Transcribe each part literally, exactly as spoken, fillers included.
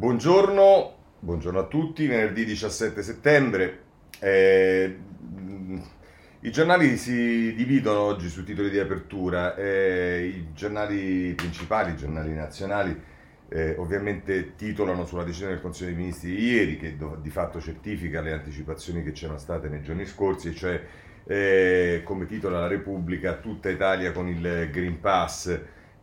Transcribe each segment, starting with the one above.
Buongiorno, buongiorno a tutti, venerdì diciassette settembre. Eh, mh, I giornali si dividono oggi sui titoli di apertura. Eh, i giornali principali, i giornali nazionali, eh, ovviamente titolano sulla decisione del Consiglio dei Ministri di ieri, che do- di fatto certifica le anticipazioni che c'erano state nei giorni scorsi, e cioè, eh, come titola la Repubblica, tutta Italia con il Green Pass.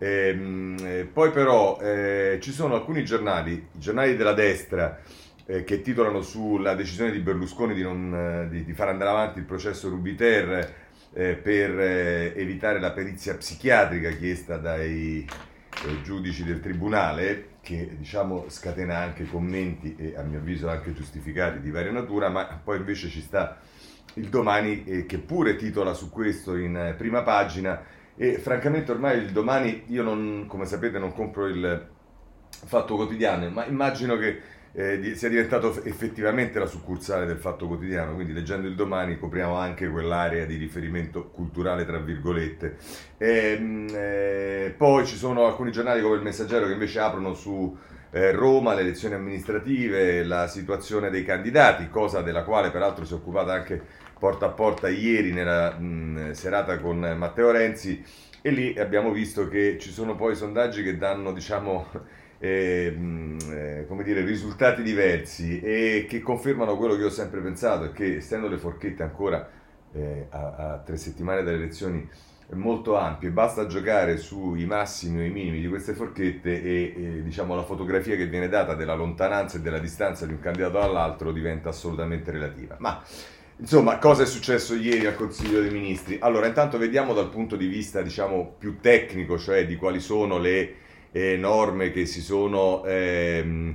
Ehm, eh, poi però eh, ci sono alcuni giornali, i giornali della destra, eh, che titolano sulla decisione di Berlusconi di, non, eh, di, di far andare avanti il processo Rubiter, eh, per eh, evitare la perizia psichiatrica chiesta dai eh, giudici del tribunale, che diciamo scatena anche commenti e a mio avviso anche giustificati di varia natura. Ma poi invece ci sta il Domani, eh, che pure titola su questo in eh, prima pagina. E francamente ormai il Domani, io non, come sapete, non compro il Fatto Quotidiano, ma immagino che eh, di- sia diventato effettivamente la succursale del Fatto Quotidiano, quindi leggendo il Domani copriamo anche quell'area di riferimento culturale, tra virgolette. Ehm, eh, poi ci sono alcuni giornali come il Messaggero che invece aprono su eh, Roma, le elezioni amministrative, la situazione dei candidati, cosa della quale peraltro si è occupata anche porta a porta ieri nella mh, serata con Matteo Renzi. E lì abbiamo visto che ci sono poi sondaggi che danno, diciamo, eh, mh, eh, come dire, risultati diversi, e che confermano quello che ho sempre pensato, è che essendo le forchette ancora eh, a, a tre settimane dalle elezioni molto ampie, basta giocare sui massimi o i minimi di queste forchette e, e, diciamo, la fotografia che viene data della lontananza e della distanza di un candidato dall'altro diventa assolutamente relativa. Ma insomma, cosa è successo ieri al Consiglio dei Ministri? Allora, intanto vediamo dal punto di vista, diciamo, più tecnico, cioè di quali sono le eh, norme che si sono, ehm,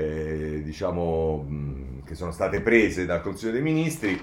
eh, diciamo, mh, che sono state prese dal Consiglio dei Ministri.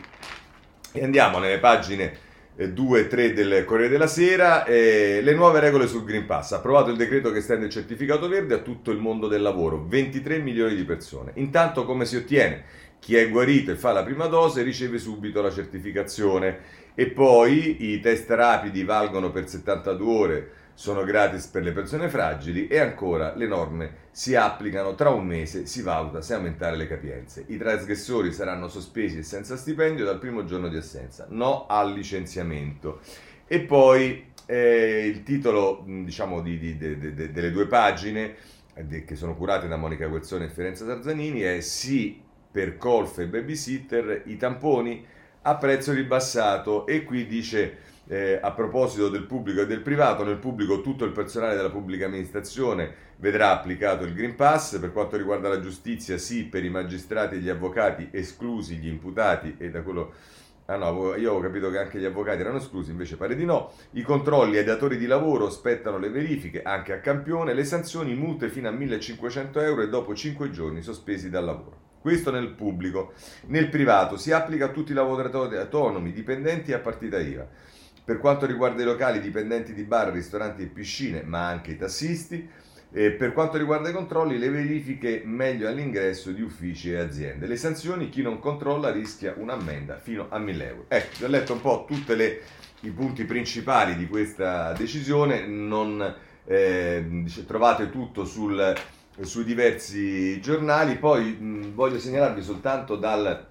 E andiamo nelle pagine eh, due e tre del Corriere della Sera. Eh, le nuove regole sul Green Pass. Approvato il decreto che estende il certificato verde a tutto il mondo del lavoro, ventitré milioni di persone. Intanto come si ottiene? Chi è guarito e fa la prima dose riceve subito la certificazione, e poi i test rapidi valgono per settantadue ore, sono gratis per le persone fragili, e ancora le norme si applicano tra un mese, si valuta se aumentare le capienze. I trasgressori saranno sospesi e senza stipendio dal primo giorno di assenza, no al licenziamento. E poi eh, il titolo, diciamo, di, di, de, de, de, delle due pagine, eh, che sono curate da Monica Guerzoni e Fiorenza Tarzanini, è: sì per colf e babysitter, i tamponi a prezzo ribassato. E qui dice, eh, a proposito del pubblico e del privato: nel pubblico tutto il personale della pubblica amministrazione vedrà applicato il Green Pass. Per quanto riguarda la giustizia, sì per i magistrati e gli avvocati, esclusi gli imputati. E da quello... Ah no, io avevo capito che anche gli avvocati erano esclusi, invece pare di no. I controlli ai datori di lavoro, spettano le verifiche anche a campione. Le sanzioni: multe fino a millecinquecento euro e dopo cinque giorni sospesi dal lavoro. Questo nel pubblico. Nel privato si applica a tutti i lavoratori autonomi, dipendenti e a partita I V A. Per quanto riguarda i locali, dipendenti di bar, ristoranti e piscine, ma anche i tassisti. E per quanto riguarda i controlli, le verifiche meglio all'ingresso di uffici e aziende. Le sanzioni: chi non controlla rischia un'ammenda fino a mille euro. Ecco, vi ho letto un po' tutti i punti principali di questa decisione. Non eh, dice, trovate tutto sul, sui diversi giornali. Poi mh, voglio segnalarvi soltanto dal,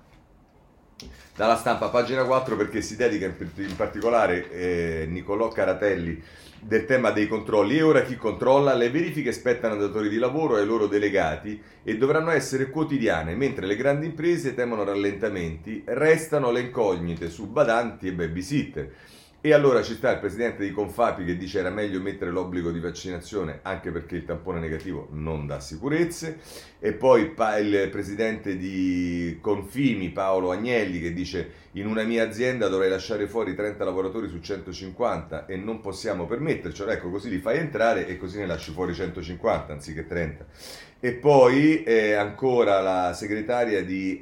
dalla Stampa, pagina quattro, perché si dedica in, in particolare eh, Niccolò Caratelli del tema dei controlli. E ora chi controlla? Le verifiche spettano ai datori di lavoro e ai loro delegati e dovranno essere quotidiane, mentre le grandi imprese temono rallentamenti. Restano le incognite su badanti e babysitter. E allora ci sta il presidente di Confapi che dice era meglio mettere l'obbligo di vaccinazione, anche perché il tampone negativo non dà sicurezze. E poi il presidente di Confimi, Paolo Agnelli, che dice: in una mia azienda dovrei lasciare fuori trenta lavoratori su centocinquanta e non possiamo permettercelo. Ecco, così li fai entrare e così ne lasci fuori centocinquanta anziché trenta. E poi eh, ancora la segretaria di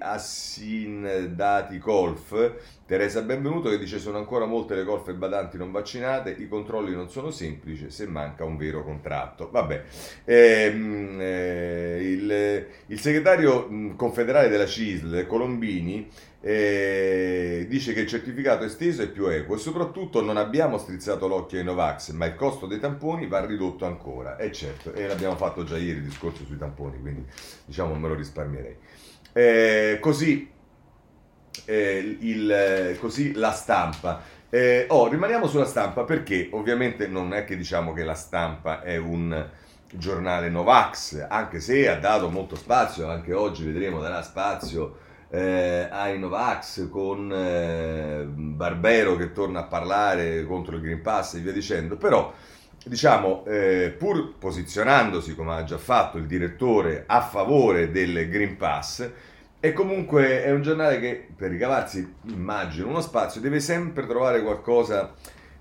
Assindati Colf, Teresa Benvenuto, che dice: sono ancora molte le colf e badanti non vaccinate, i controlli non sono semplici se manca un vero contratto. Vabbè, ehm, eh, il, il segretario mh, confederale della C I S L, Colombini, eh, dice che il certificato esteso è più equo e soprattutto non abbiamo strizzato l'occhio ai Novax, ma il costo dei tamponi va ridotto ancora. E certo, e l'abbiamo fatto già ieri il discorso sui tamponi, quindi diciamo me lo risparmierei. Eh, così, eh, il, così la stampa. Eh, oh, rimaniamo sulla stampa perché ovviamente non è che diciamo che la stampa è un giornale Novax, anche se ha dato molto spazio, anche oggi vedremo darà spazio eh, ai Novax con eh, Barbero che torna a parlare contro il Green Pass e via dicendo, però diciamo eh, pur posizionandosi come ha già fatto il direttore a favore del Green Pass, e comunque è un giornale che per ricavarsi, immagino, uno spazio deve sempre trovare qualcosa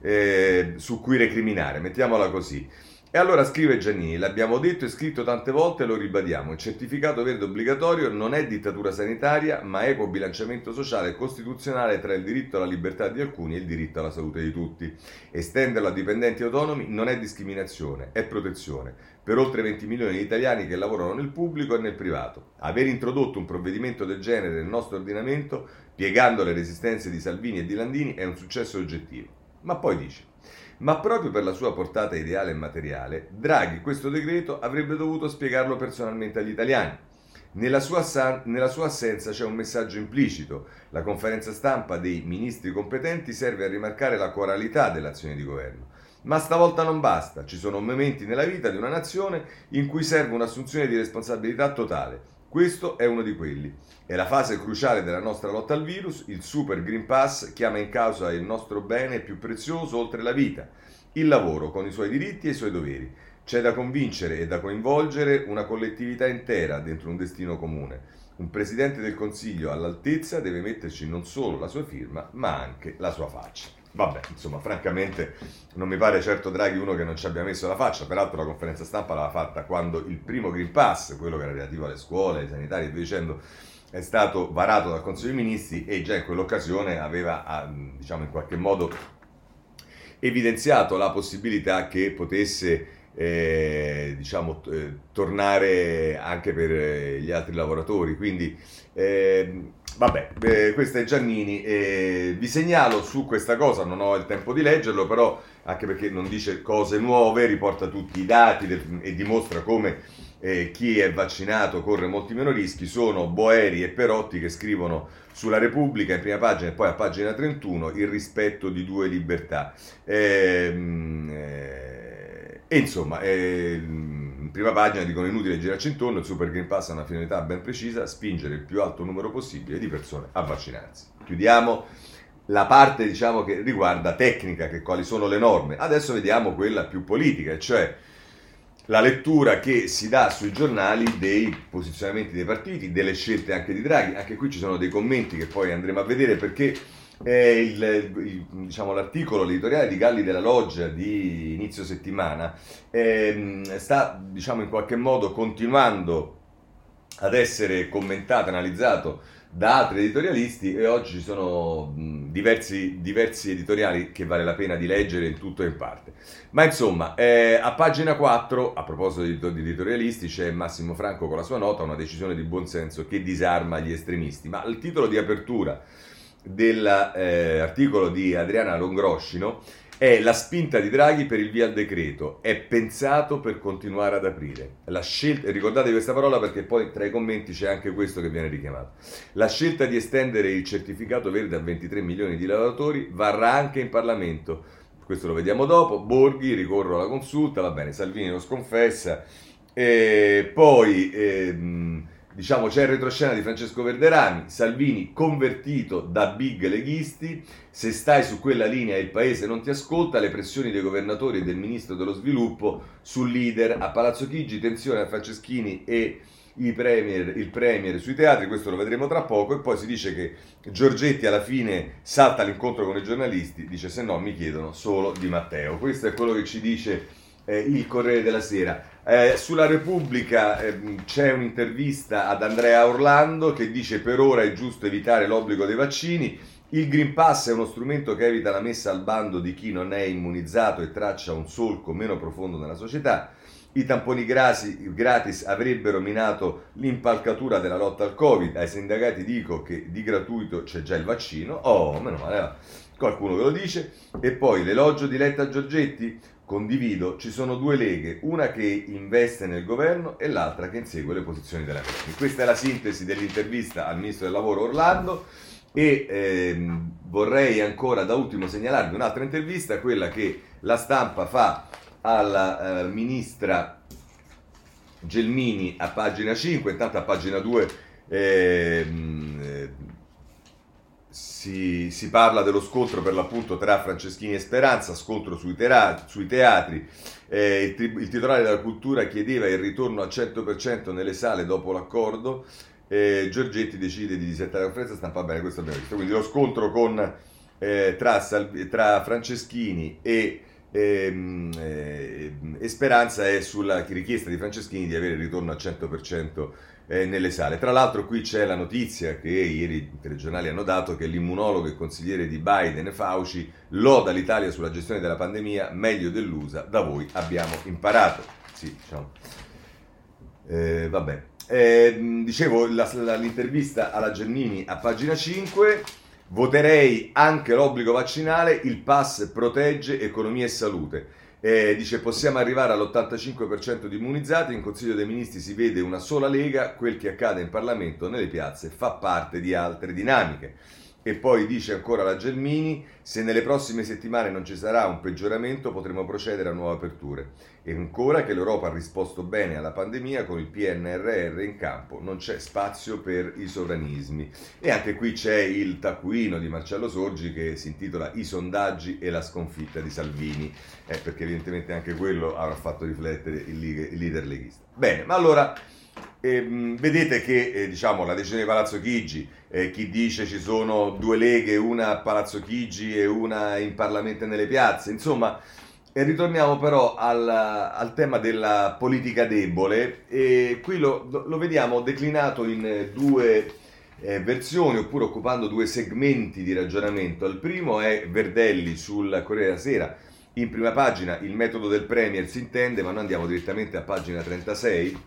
eh, su cui recriminare, mettiamola così. E allora scrive Giannini, l'abbiamo detto e scritto tante volte e lo ribadiamo, il certificato verde obbligatorio non è dittatura sanitaria, ma equo bilanciamento sociale e costituzionale tra il diritto alla libertà di alcuni e il diritto alla salute di tutti. Estenderlo a dipendenti autonomi non è discriminazione, è protezione per oltre venti milioni di italiani che lavorano nel pubblico e nel privato. Aver introdotto un provvedimento del genere nel nostro ordinamento, piegando le resistenze di Salvini e di Landini, è un successo oggettivo. Ma poi dice, ma proprio per la sua portata ideale e materiale, Draghi questo decreto avrebbe dovuto spiegarlo personalmente agli italiani. Nella sua, assan- nella sua assenza c'è un messaggio implicito. La conferenza stampa dei ministri competenti serve a rimarcare la coralità dell'azione di governo. Ma stavolta non basta, ci sono momenti nella vita di una nazione in cui serve un'assunzione di responsabilità totale. Questo è uno di quelli. È la fase cruciale della nostra lotta al virus, il Super Green Pass chiama in causa il nostro bene più prezioso oltre la vita, il lavoro con i suoi diritti e i suoi doveri. C'è da convincere e da coinvolgere una collettività intera dentro un destino comune. Un Presidente del Consiglio all'altezza deve metterci non solo la sua firma, ma anche la sua faccia. Vabbè, insomma, francamente non mi pare certo Draghi uno che non ci abbia messo la faccia, peraltro la conferenza stampa l'aveva fatta quando il primo Green Pass, quello che era relativo alle scuole, ai sanitari e via dicendo, è stato varato dal Consiglio dei Ministri e già in quell'occasione aveva, diciamo, in qualche modo evidenziato la possibilità che potesse eh, diciamo, eh, tornare anche per eh, gli altri lavoratori. Quindi eh, vabbè, eh, questo è Giannini. Eh, vi segnalo su questa cosa, non ho il tempo di leggerlo, però anche perché non dice cose nuove, riporta tutti i dati del, e dimostra come eh, chi è vaccinato corre molti meno rischi. Sono Boeri e Perotti che scrivono sulla Repubblica in prima pagina e poi a pagina trentuno il rispetto di due libertà. Ehm, eh, e insomma, eh, in prima pagina dicono inutile girarci intorno, il Super Green Pass ha una finalità ben precisa, spingere il più alto numero possibile di persone a vaccinarsi. Chiudiamo la parte, diciamo, che riguarda tecnica, che quali sono le norme. Adesso vediamo quella più politica, cioè la lettura che si dà sui giornali dei posizionamenti dei partiti, delle scelte anche di Draghi. Anche qui ci sono dei commenti che poi andremo a vedere, perché eh, il, il, diciamo, l'articolo, l'editoriale di Galli della Loggia di inizio settimana eh, sta, diciamo, in qualche modo continuando ad essere commentato, analizzato da altri editorialisti, e oggi ci sono mh, diversi, diversi editoriali che vale la pena di leggere in tutto e in parte. Ma insomma, eh, a pagina quattro, a proposito di, di editorialisti, c'è Massimo Franco con la sua nota, una decisione di buonsenso che disarma gli estremisti. Ma il titolo di apertura dell'articolo eh, di Adriana Longroscino è la spinta di Draghi per il via al decreto, è pensato per continuare ad aprire. La scelta, ricordate questa parola perché poi tra i commenti c'è anche questo che viene richiamato. La scelta di estendere il certificato verde a ventitré milioni di lavoratori varrà anche in Parlamento. Questo lo vediamo dopo. Borghi, ricorro alla consulta, va bene, Salvini lo sconfessa. E poi ehm, diciamo c'è il retroscena di Francesco Verderami, Salvini convertito da big leghisti, se stai su quella linea il paese non ti ascolta, le pressioni dei governatori e del ministro dello sviluppo sul leader a Palazzo Chigi, tensione a Franceschini e i premier, il premier sui teatri, questo lo vedremo tra poco. E poi si dice che Giorgetti alla fine salta all'incontro con i giornalisti, dice se no mi chiedono solo Di Matteo. Questo è quello che ci dice eh, il Corriere della Sera. Eh, sulla Repubblica eh, c'è un'intervista ad Andrea Orlando che dice per ora è giusto evitare l'obbligo dei vaccini, il Green Pass è uno strumento che evita la messa al bando di chi non è immunizzato e traccia un solco meno profondo nella società. I tamponi grasi, gratis avrebbero minato l'impalcatura della lotta al Covid. Ai sindacati dico che di gratuito c'è già il vaccino. Oh, meno male, va. Qualcuno ve lo dice. E poi l'elogio di Letta Giorgetti. Condivido, ci sono due leghe, una che investe nel governo e l'altra che insegue le posizioni della Meloni. Questa è la sintesi dell'intervista al ministro del lavoro Orlando. E ehm, vorrei ancora da ultimo segnalarvi un'altra intervista, quella che la Stampa fa alla eh, ministra Gelmini a pagina cinque. Intanto a pagina due ehm, eh, si, si parla dello scontro per l'appunto tra Franceschini e Speranza, scontro sui, tera- sui teatri. Eh, il, tri- il titolare della cultura chiedeva il ritorno al cento per cento nelle sale dopo l'accordo. Eh, Giorgetti decide di disertare la conferenza stampa. Bene, questo abbiamo visto. Quindi lo scontro con, eh, tra, Salvi- tra Franceschini e, ehm, eh, e Speranza è sulla richiesta di Franceschini di avere il ritorno al cento per cento eh, nelle sale. Tra l'altro qui c'è la notizia che ieri i telegiornali hanno dato, che l'immunologo e consigliere di Biden, Fauci, loda l'Italia sulla gestione della pandemia, meglio dell'U S A, da voi abbiamo imparato. Sì, diciamo. Eh, vabbè. Eh, dicevo la, la, l'intervista alla Giannini a pagina cinque. Voterei anche l'obbligo vaccinale, il pass protegge economia e salute. Eh, dice possiamo arrivare all'ottantacinque per cento di immunizzati, in Consiglio dei Ministri si vede una sola lega, quel che accade in Parlamento nelle piazze fa parte di altre dinamiche. E poi dice ancora la Gelmini, se nelle prossime settimane non ci sarà un peggioramento potremo procedere a nuove aperture. E ancora che l'Europa ha risposto bene alla pandemia con il P N R R in campo, non c'è spazio per i sovranismi. E anche qui c'è il taccuino di Marcello Sorgi che si intitola I sondaggi e la sconfitta di Salvini, eh, perché evidentemente anche quello avrà fatto riflettere il, il leader leghista. Bene, ma allora... Eh, vedete che eh, diciamo la decisione di Palazzo Chigi, eh, chi dice ci sono due leghe, una a Palazzo Chigi e una in Parlamento e nelle piazze, insomma, e ritorniamo però al, al tema della politica debole, e qui lo, lo vediamo declinato in due eh, versioni, oppure occupando due segmenti di ragionamento. Il primo è Verdelli sul Corriere della Sera, in prima pagina il metodo del Premier si intende, ma noi andiamo direttamente a pagina trentasei,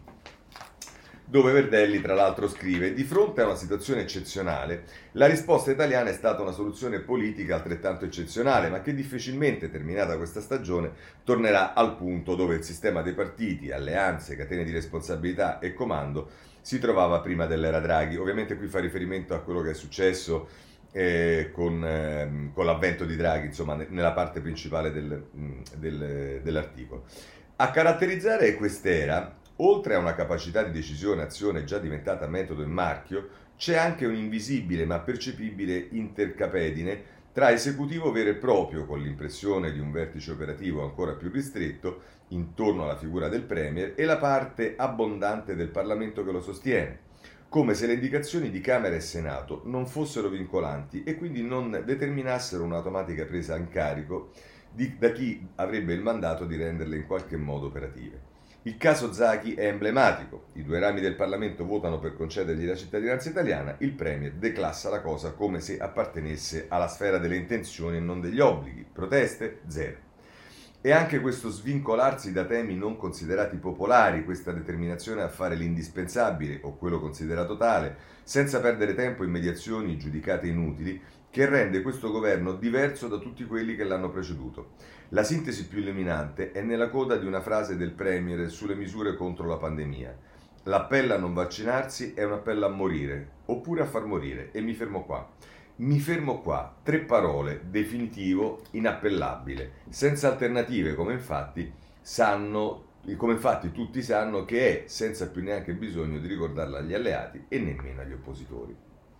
dove Verdelli tra l'altro scrive: di fronte a una situazione eccezionale, la risposta italiana è stata una soluzione politica altrettanto eccezionale, ma che difficilmente, terminata questa stagione, tornerà al punto dove il sistema dei partiti, alleanze, catene di responsabilità e comando si trovava prima dell'era Draghi. Ovviamente qui fa riferimento a quello che è successo eh, con, eh, con l'avvento di Draghi, insomma, nella parte principale del, del, dell'articolo. A caratterizzare quest'era, oltre a una capacità di decisione e azione già diventata metodo e marchio, c'è anche un invisibile ma percepibile intercapedine tra esecutivo vero e proprio, con l'impressione di un vertice operativo ancora più ristretto intorno alla figura del Premier, e la parte abbondante del Parlamento che lo sostiene, come se le indicazioni di Camera e Senato non fossero vincolanti e quindi non determinassero un'automatica presa in carico di, da chi avrebbe il mandato di renderle in qualche modo operative. Il caso Zaki è emblematico, i due rami del Parlamento votano per concedergli la cittadinanza italiana, il Premier declassa la cosa come se appartenesse alla sfera delle intenzioni e non degli obblighi, proteste zero. E anche questo svincolarsi da temi non considerati popolari, questa determinazione a fare l'indispensabile o quello considerato tale, senza perdere tempo in mediazioni giudicate inutili, che rende questo governo diverso da tutti quelli che l'hanno preceduto. La sintesi più illuminante è nella coda di una frase del Premier sulle misure contro la pandemia. L'appello a non vaccinarsi è un appello a morire, oppure a far morire, e mi fermo qua. Mi fermo qua, tre parole, definitivo, inappellabile, senza alternative, come infatti sanno, come infatti tutti sanno che è, senza più neanche bisogno di ricordarlo agli alleati e nemmeno agli oppositori.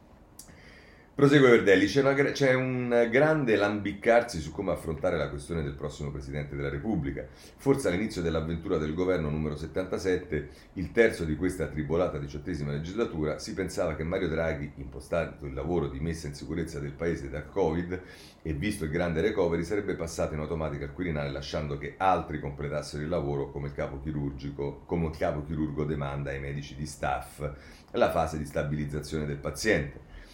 Prosegue Verdelli, c'è, una, c'è un grande lambiccarsi su come affrontare la questione del prossimo Presidente della Repubblica. Forse all'inizio dell'avventura del governo numero settantasette, il terzo di questa tribolata diciottesima legislatura, si pensava che Mario Draghi, impostato il lavoro di messa in sicurezza del Paese dal Covid e visto il grande recovery, sarebbe passato in automatica al Quirinale lasciando che altri completassero il lavoro come il capo chirurgico, come il capo chirurgo demanda ai medici di staff la fase di stabilizzazione del paziente.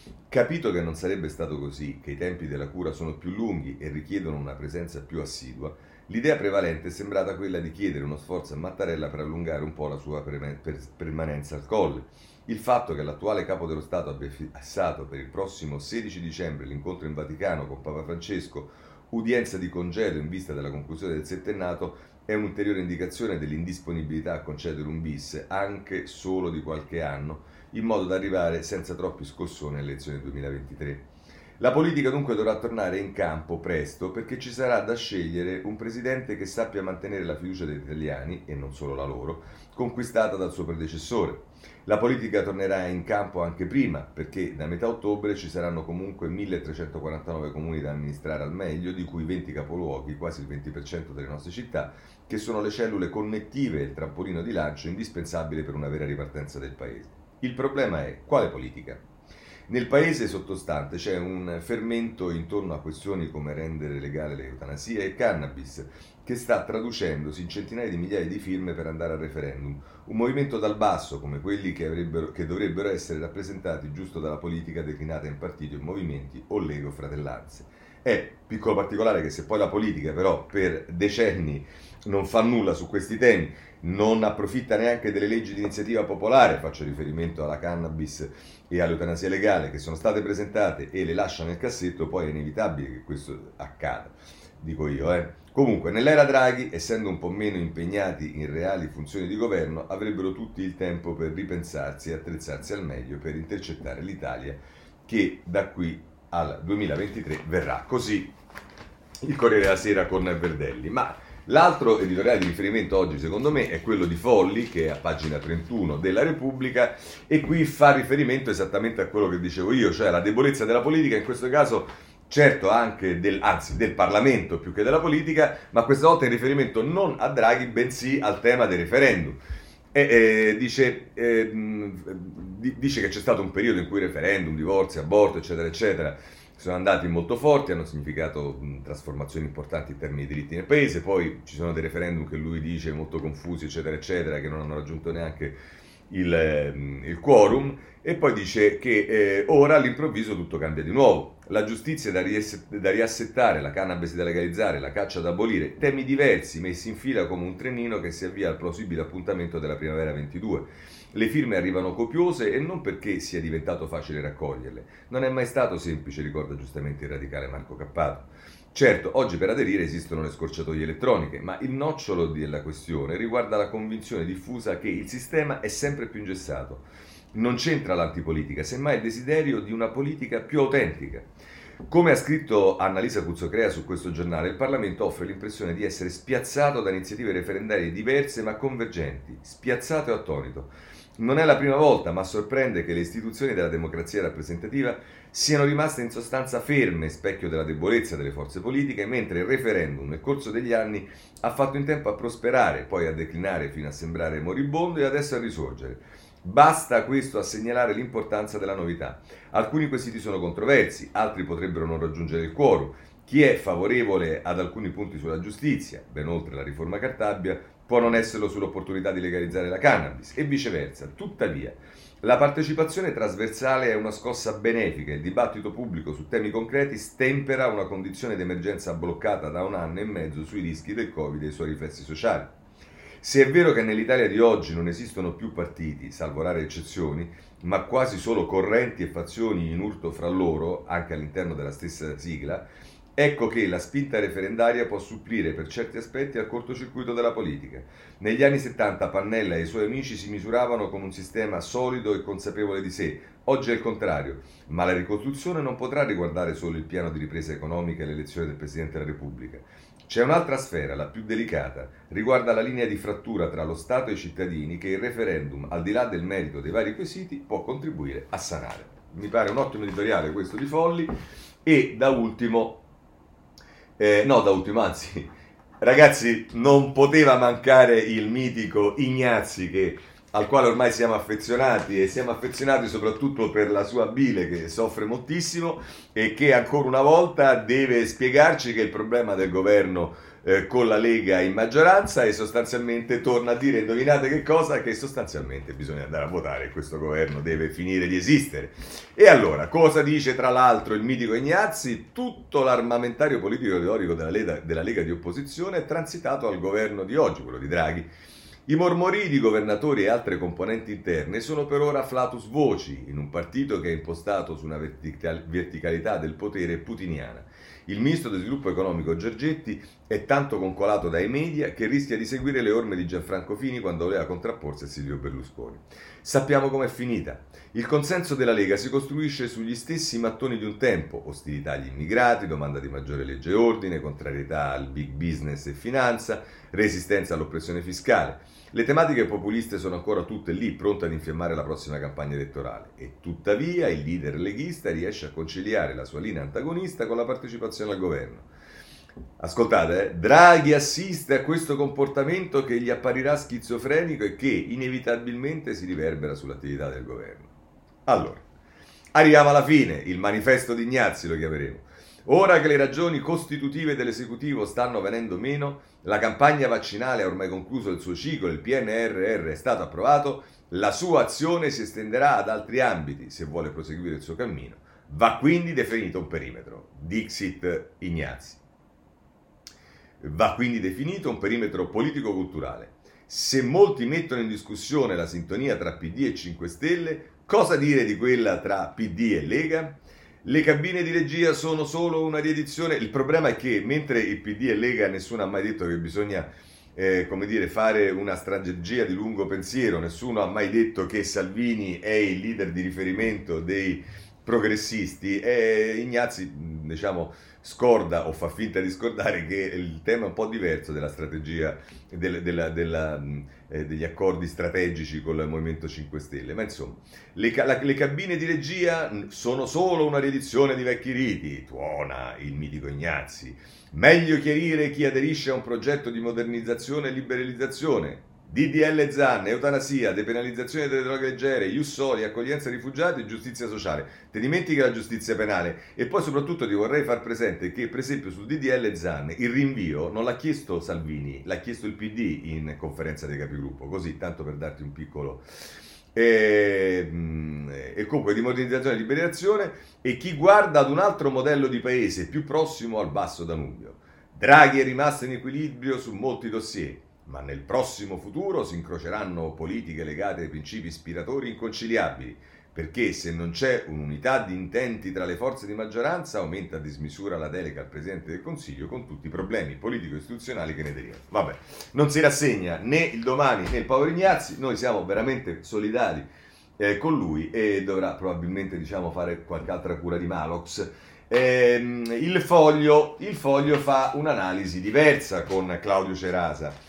Capito che non sarebbe stato così, che i tempi della cura sono più lunghi e richiedono una presenza più assidua, l'idea prevalente è sembrata quella di chiedere uno sforzo a Mattarella per allungare un po' la sua preme- per- permanenza al Colle. Il fatto che l'attuale capo dello Stato abbia fissato per il prossimo sedici dicembre l'incontro in Vaticano con Papa Francesco, udienza di congedo in vista della conclusione del settennato, è un'ulteriore indicazione dell'indisponibilità a concedere un bis anche solo di qualche anno, in modo da arrivare senza troppi scossoni alle elezioni duemilaventitré. La politica dunque dovrà tornare in campo presto perché ci sarà da scegliere un presidente che sappia mantenere la fiducia degli italiani, e non solo la loro, conquistata dal suo predecessore. La politica tornerà in campo anche prima, perché da metà ottobre ci saranno comunque milletrecentoquarantanove comuni da amministrare al meglio, di cui venti capoluoghi, quasi il venti per cento delle nostre città, che sono le cellule connettive e il trampolino di lancio indispensabile per una vera ripartenza del paese. Il problema è quale politica? Nel paese sottostante c'è un fermento intorno a questioni come rendere legale l'eutanasia e il cannabis, che sta traducendosi in centinaia di migliaia di firme per andare al referendum. Un movimento dal basso, come quelli che, avrebbero, che dovrebbero essere rappresentati giusto dalla politica declinata in partiti o movimenti o lego fratellanze. È piccolo particolare che se poi la politica però per decenni non fa nulla su questi temi, non approfitta neanche delle leggi di iniziativa popolare, faccio riferimento alla cannabis e all'eutanasia legale, che sono state presentate e le lascia nel cassetto, poi è inevitabile che questo accada, dico io. Eh. Comunque, nell'era Draghi, essendo un po' meno impegnati in reali funzioni di governo, avrebbero tutti il tempo per ripensarsi e attrezzarsi al meglio per intercettare l'Italia che da qui al duemilaventitré verrà. Così il Corriere della Sera con Verdelli. Ma l'altro editoriale di riferimento oggi, secondo me, è quello di Folli, che è a pagina trentuno della Repubblica, e qui fa riferimento esattamente a quello che dicevo io, cioè la debolezza della politica, in questo caso certo anche del, anzi del Parlamento più che della politica, ma questa volta in riferimento non a Draghi, bensì al tema del referendum. E, eh, dice, eh, dice che c'è stato un periodo in cui referendum, divorzi, aborto, eccetera, eccetera, sono andati molto forti, hanno significato mh, trasformazioni importanti in termini di diritti nel paese. Poi ci sono dei referendum che lui dice molto confusi, eccetera, eccetera, che non hanno raggiunto neanche il, eh, il quorum. E poi dice che eh, ora all'improvviso tutto cambia di nuovo. La giustizia da, ries- da riassettare, la cannabis da legalizzare, la caccia da abolire, temi diversi messi in fila come un trenino che si avvia al plausibile appuntamento della primavera ventidue. Le firme arrivano copiose e non perché sia diventato facile raccoglierle. Non è mai stato semplice, ricorda giustamente il radicale Marco Cappato. Certo, oggi per aderire esistono le scorciatoie elettroniche, ma il nocciolo della questione riguarda la convinzione diffusa che il sistema è sempre più ingessato. Non c'entra l'antipolitica, semmai il desiderio di una politica più autentica. Come ha scritto Annalisa Cuzzocrea su questo giornale, il Parlamento offre l'impressione di essere spiazzato da iniziative referendarie diverse ma convergenti, spiazzato e attonito. Non è la prima volta, ma sorprende che le istituzioni della democrazia rappresentativa siano rimaste in sostanza ferme, specchio della debolezza delle forze politiche, mentre il referendum nel corso degli anni ha fatto in tempo a prosperare, poi a declinare fino a sembrare moribondo e adesso a risorgere. Basta questo a segnalare l'importanza della novità. Alcuni quesiti sono controversi, altri potrebbero non raggiungere il quorum. Chi è favorevole ad alcuni punti sulla giustizia, ben oltre la riforma Cartabia, può non esserlo sull'opportunità di legalizzare la cannabis e viceversa. Tuttavia, la partecipazione trasversale è una scossa benefica. Il dibattito pubblico su temi concreti stempera una condizione di emergenza bloccata da un anno e mezzo sui rischi del Covid e i suoi riflessi sociali. Se è vero che nell'Italia di oggi non esistono più partiti, salvo rare eccezioni, ma quasi solo correnti e fazioni in urto fra loro, anche all'interno della stessa sigla, ecco che la spinta referendaria può supplire per certi aspetti al cortocircuito della politica. Negli anni settanta Pannella e i suoi amici si misuravano con un sistema solido e consapevole di sé. Oggi è il contrario, ma la ricostruzione non potrà riguardare solo il piano di ripresa economica e l'elezione del Presidente della Repubblica. C'è un'altra sfera, la più delicata, riguarda la linea di frattura tra lo Stato e i cittadini che il referendum, al di là del merito dei vari quesiti, può contribuire a sanare. Mi pare un ottimo editoriale questo di Folli. E da ultimo, eh, no da ultimo, anzi, ragazzi, non poteva mancare il mitico Ignazzi che al quale ormai siamo affezionati, e siamo affezionati soprattutto per la sua bile che soffre moltissimo e che ancora una volta deve spiegarci che il problema del governo eh, con la Lega in maggioranza e sostanzialmente torna a dire, indovinate che cosa? Che sostanzialmente bisogna andare a votare e questo governo deve finire di esistere. E allora, cosa dice tra l'altro il mitico Ignazzi? Tutto l'armamentario politico teorico della Lega, della Lega di opposizione è transitato al governo di oggi, quello di Draghi. I mormorii di governatori e altre componenti interne sono per ora flatus voci in un partito che è impostato su una vertical- verticalità del potere putiniana. Il ministro dello sviluppo economico Giorgetti è tanto coccolato dai media che rischia di seguire le orme di Gianfranco Fini quando voleva contrapporsi a Silvio Berlusconi. Sappiamo com'è finita. Il consenso della Lega si costruisce sugli stessi mattoni di un tempo: ostilità agli immigrati, domanda di maggiore legge e ordine, contrarietà al big business e finanza, resistenza all'oppressione fiscale. Le tematiche populiste sono ancora tutte lì, pronte ad infiammare la prossima campagna elettorale. E tuttavia il leader leghista riesce a conciliare la sua linea antagonista con la partecipazione al governo. Ascoltate, eh, Draghi assiste a questo comportamento che gli apparirà schizofrenico e che inevitabilmente si riverbera sull'attività del governo. Allora, arriviamo alla fine, il manifesto di Ignazzi lo chiameremo. Ora che le ragioni costitutive dell'esecutivo stanno venendo meno, la campagna vaccinale ha ormai concluso il suo ciclo, il P N R R è stato approvato, la sua azione si estenderà ad altri ambiti se vuole proseguire il suo cammino. Va quindi definito un perimetro. Dixit Ignazzi. Va quindi definito un perimetro politico-culturale. Se molti mettono in discussione la sintonia tra P D e cinque Stelle, cosa dire di quella tra P D e Lega? Le cabine di regia sono solo una riedizione. Il problema è che mentre il P D e Lega nessuno ha mai detto che bisogna eh, come dire, fare una strategia di lungo pensiero, nessuno ha mai detto che Salvini è il leader di riferimento dei progressisti, e Ignazzi diciamo scorda o fa finta di scordare che il tema è un po' diverso della strategia del, della, della, eh, degli accordi strategici con il Movimento cinque Stelle. Ma insomma, le, la, le cabine di regia sono solo una riedizione di vecchi riti, tuona il mitico Ignazzi. Meglio chiarire chi aderisce a un progetto di modernizzazione e liberalizzazione. D D L Zan, eutanasia, depenalizzazione delle droghe leggere, ius soli, accoglienza ai rifugiati e giustizia sociale. Ti dimentichi la giustizia penale. E poi soprattutto ti vorrei far presente che per esempio sul D D L Zan il rinvio non l'ha chiesto Salvini, l'ha chiesto il P D in conferenza dei capigruppo, così tanto per darti un piccolo... E, e comunque di modernizzazione e liberazione, e chi guarda ad un altro modello di paese più prossimo al basso Danubio. Draghi è rimasto in equilibrio su molti dossier, ma nel prossimo futuro si incroceranno politiche legate ai principi ispiratori inconciliabili, perché se non c'è un'unità di intenti tra le forze di maggioranza aumenta a dismisura la delega al Presidente del Consiglio con tutti i problemi politico-istituzionali che ne derivano. Vabbè, non si rassegna né il Domani né il povero Ignazzi, noi siamo veramente solidari eh, con lui e dovrà probabilmente diciamo fare qualche altra cura di Malox. Eh, il, foglio, il Foglio fa un'analisi diversa con Claudio Cerasa.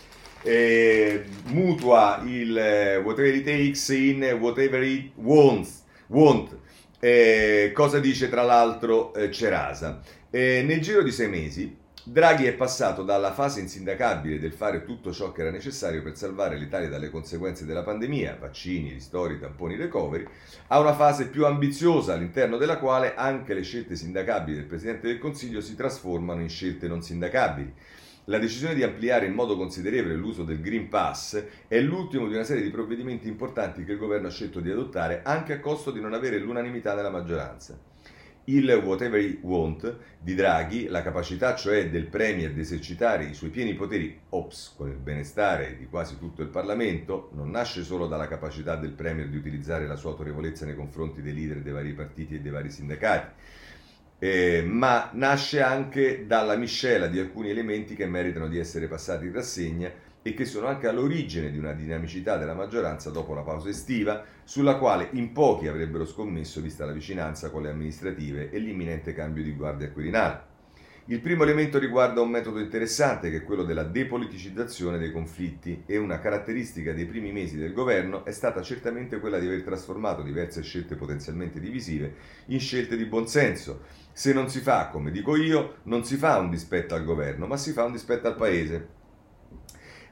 Eh, mutua il eh, whatever it takes in whatever it wants, want. Eh, cosa dice tra l'altro eh, Cerasa? Eh, nel giro di sei mesi Draghi è passato dalla fase insindacabile del fare tutto ciò che era necessario per salvare l'Italia dalle conseguenze della pandemia, vaccini, ristori, tamponi, recovery, a una fase più ambiziosa all'interno della quale anche le scelte sindacabili del Presidente del Consiglio si trasformano in scelte non sindacabili. La decisione di ampliare in modo considerevole l'uso del Green Pass è l'ultimo di una serie di provvedimenti importanti che il governo ha scelto di adottare anche a costo di non avere l'unanimità nella maggioranza. Il whatever you want di Draghi, la capacità cioè del Premier di esercitare i suoi pieni poteri, ops, con il benestare di quasi tutto il Parlamento, non nasce solo dalla capacità del Premier di utilizzare la sua autorevolezza nei confronti dei leader dei vari partiti e dei vari sindacati, Eh, ma nasce anche dalla miscela di alcuni elementi che meritano di essere passati in rassegna e che sono anche all'origine di una dinamicità della maggioranza dopo la pausa estiva, sulla quale in pochi avrebbero scommesso vista la vicinanza con le amministrative e l'imminente cambio di guardia al Quirinale. Il primo elemento riguarda un metodo interessante che è quello della depoliticizzazione dei conflitti, e una caratteristica dei primi mesi del governo è stata certamente quella di aver trasformato diverse scelte potenzialmente divisive in scelte di buonsenso. Se non si fa, come dico io, non si fa un dispetto al governo, ma si fa un dispetto al paese.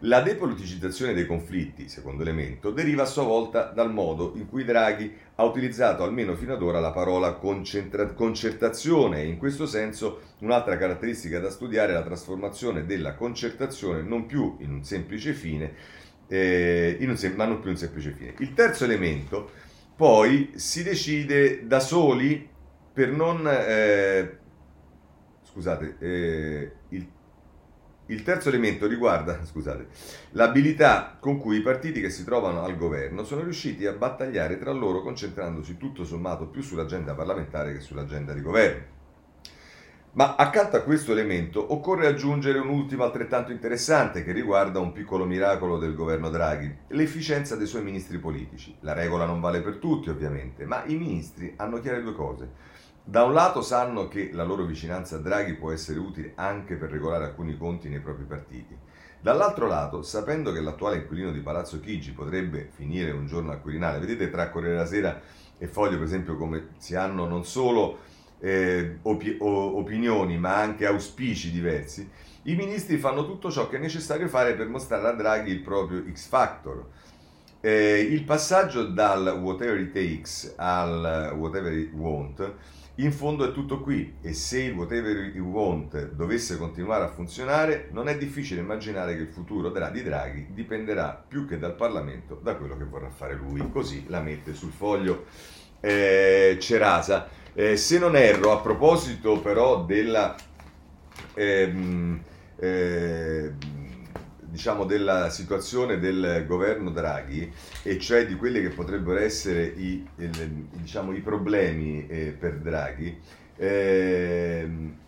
La depoliticizzazione dei conflitti, secondo elemento, deriva a sua volta dal modo in cui Draghi ha utilizzato almeno fino ad ora la parola concentra- concertazione e in questo senso un'altra caratteristica da studiare è la trasformazione della concertazione non più in un semplice fine, eh, in un sem- ma non più un semplice fine. Il terzo elemento poi si decide da soli per non... eh, scusate, eh, il Il terzo elemento riguarda, scusate, l'abilità con cui i partiti che si trovano al governo sono riusciti a battagliare tra loro concentrandosi tutto sommato più sull'agenda parlamentare che sull'agenda di governo. Ma accanto a questo elemento occorre aggiungere un ultimo altrettanto interessante che riguarda un piccolo miracolo del governo Draghi, l'efficienza dei suoi ministri politici. La regola non vale per tutti ovviamente, ma i ministri hanno chiare due cose. Da un lato sanno che la loro vicinanza a Draghi può essere utile anche per regolare alcuni conti nei propri partiti. Dall'altro lato, sapendo che l'attuale inquilino di Palazzo Chigi potrebbe finire un giorno al Quirinale, vedete tra Corriere della Sera e Foglio per esempio come si hanno non solo eh, opi- o- opinioni ma anche auspici diversi, i ministri fanno tutto ciò che è necessario fare per mostrare a Draghi il proprio X Factor. Eh, il passaggio dal whatever it takes al whatever it won't in fondo è tutto qui e se il whatever you want dovesse continuare a funzionare non è difficile immaginare che il futuro di Draghi dipenderà più che dal Parlamento da quello che vorrà fare lui. Così la mette sul Foglio eh, Cerasa. Eh, se non erro, a proposito però della ehm, eh, diciamo della situazione del governo Draghi e cioè di quelli che potrebbero essere i, il, diciamo, i problemi eh, per Draghi, eh,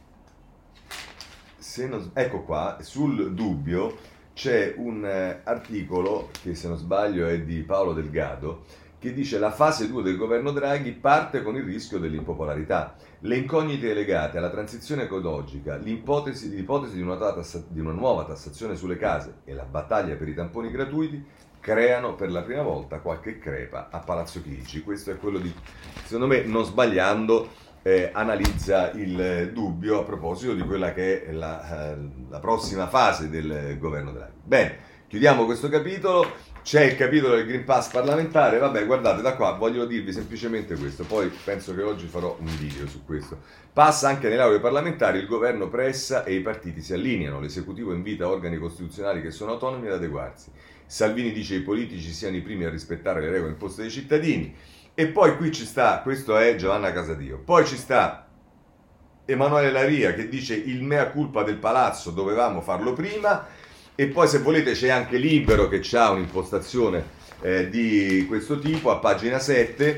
se non, ecco qua, sul dubbio c'è un eh, articolo che se non sbaglio è di Paolo Delgado che dice la fase due del governo Draghi parte con il rischio dell'impopolarità. Le incognite legate alla transizione ecologica, l'ipotesi, l'ipotesi di, una tassa, di una nuova tassazione sulle case e la battaglia per i tamponi gratuiti creano per la prima volta qualche crepa a Palazzo Chigi. Questo è quello di, secondo me, non sbagliando, eh, analizza il dubbio a proposito di quella che è la, eh, la prossima fase del governo Draghi. Bene, chiudiamo questo capitolo. C'è il capitolo del Green Pass parlamentare, vabbè guardate da qua voglio dirvi semplicemente questo, poi penso che oggi farò un video su questo. Passa anche nelle aule parlamentari, il governo pressa e i partiti si allineano, l'esecutivo invita organi costituzionali che sono autonomi ad adeguarsi. Salvini dice che i politici siano i primi a rispettare le regole imposte dai cittadini e poi qui ci sta, questo è Giovanna Casadio, poi ci sta Emanuele Laria che dice il mea culpa del palazzo, dovevamo farlo prima. E poi se volete c'è anche Libero che ha un'impostazione eh, di questo tipo a pagina sette,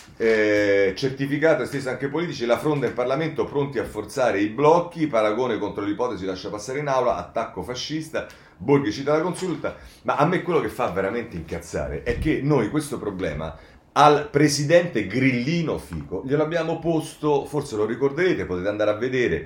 eh, certificato esteso anche ai politici, la fronda in Parlamento pronti a forzare i blocchi, paragone contro l'ipotesi lascia passare in aula, attacco fascista, Borghi cita la consulta, ma a me quello che fa veramente incazzare è che noi questo problema al presidente Grillino Fico glielo abbiamo posto, forse lo ricorderete, potete andare a vedere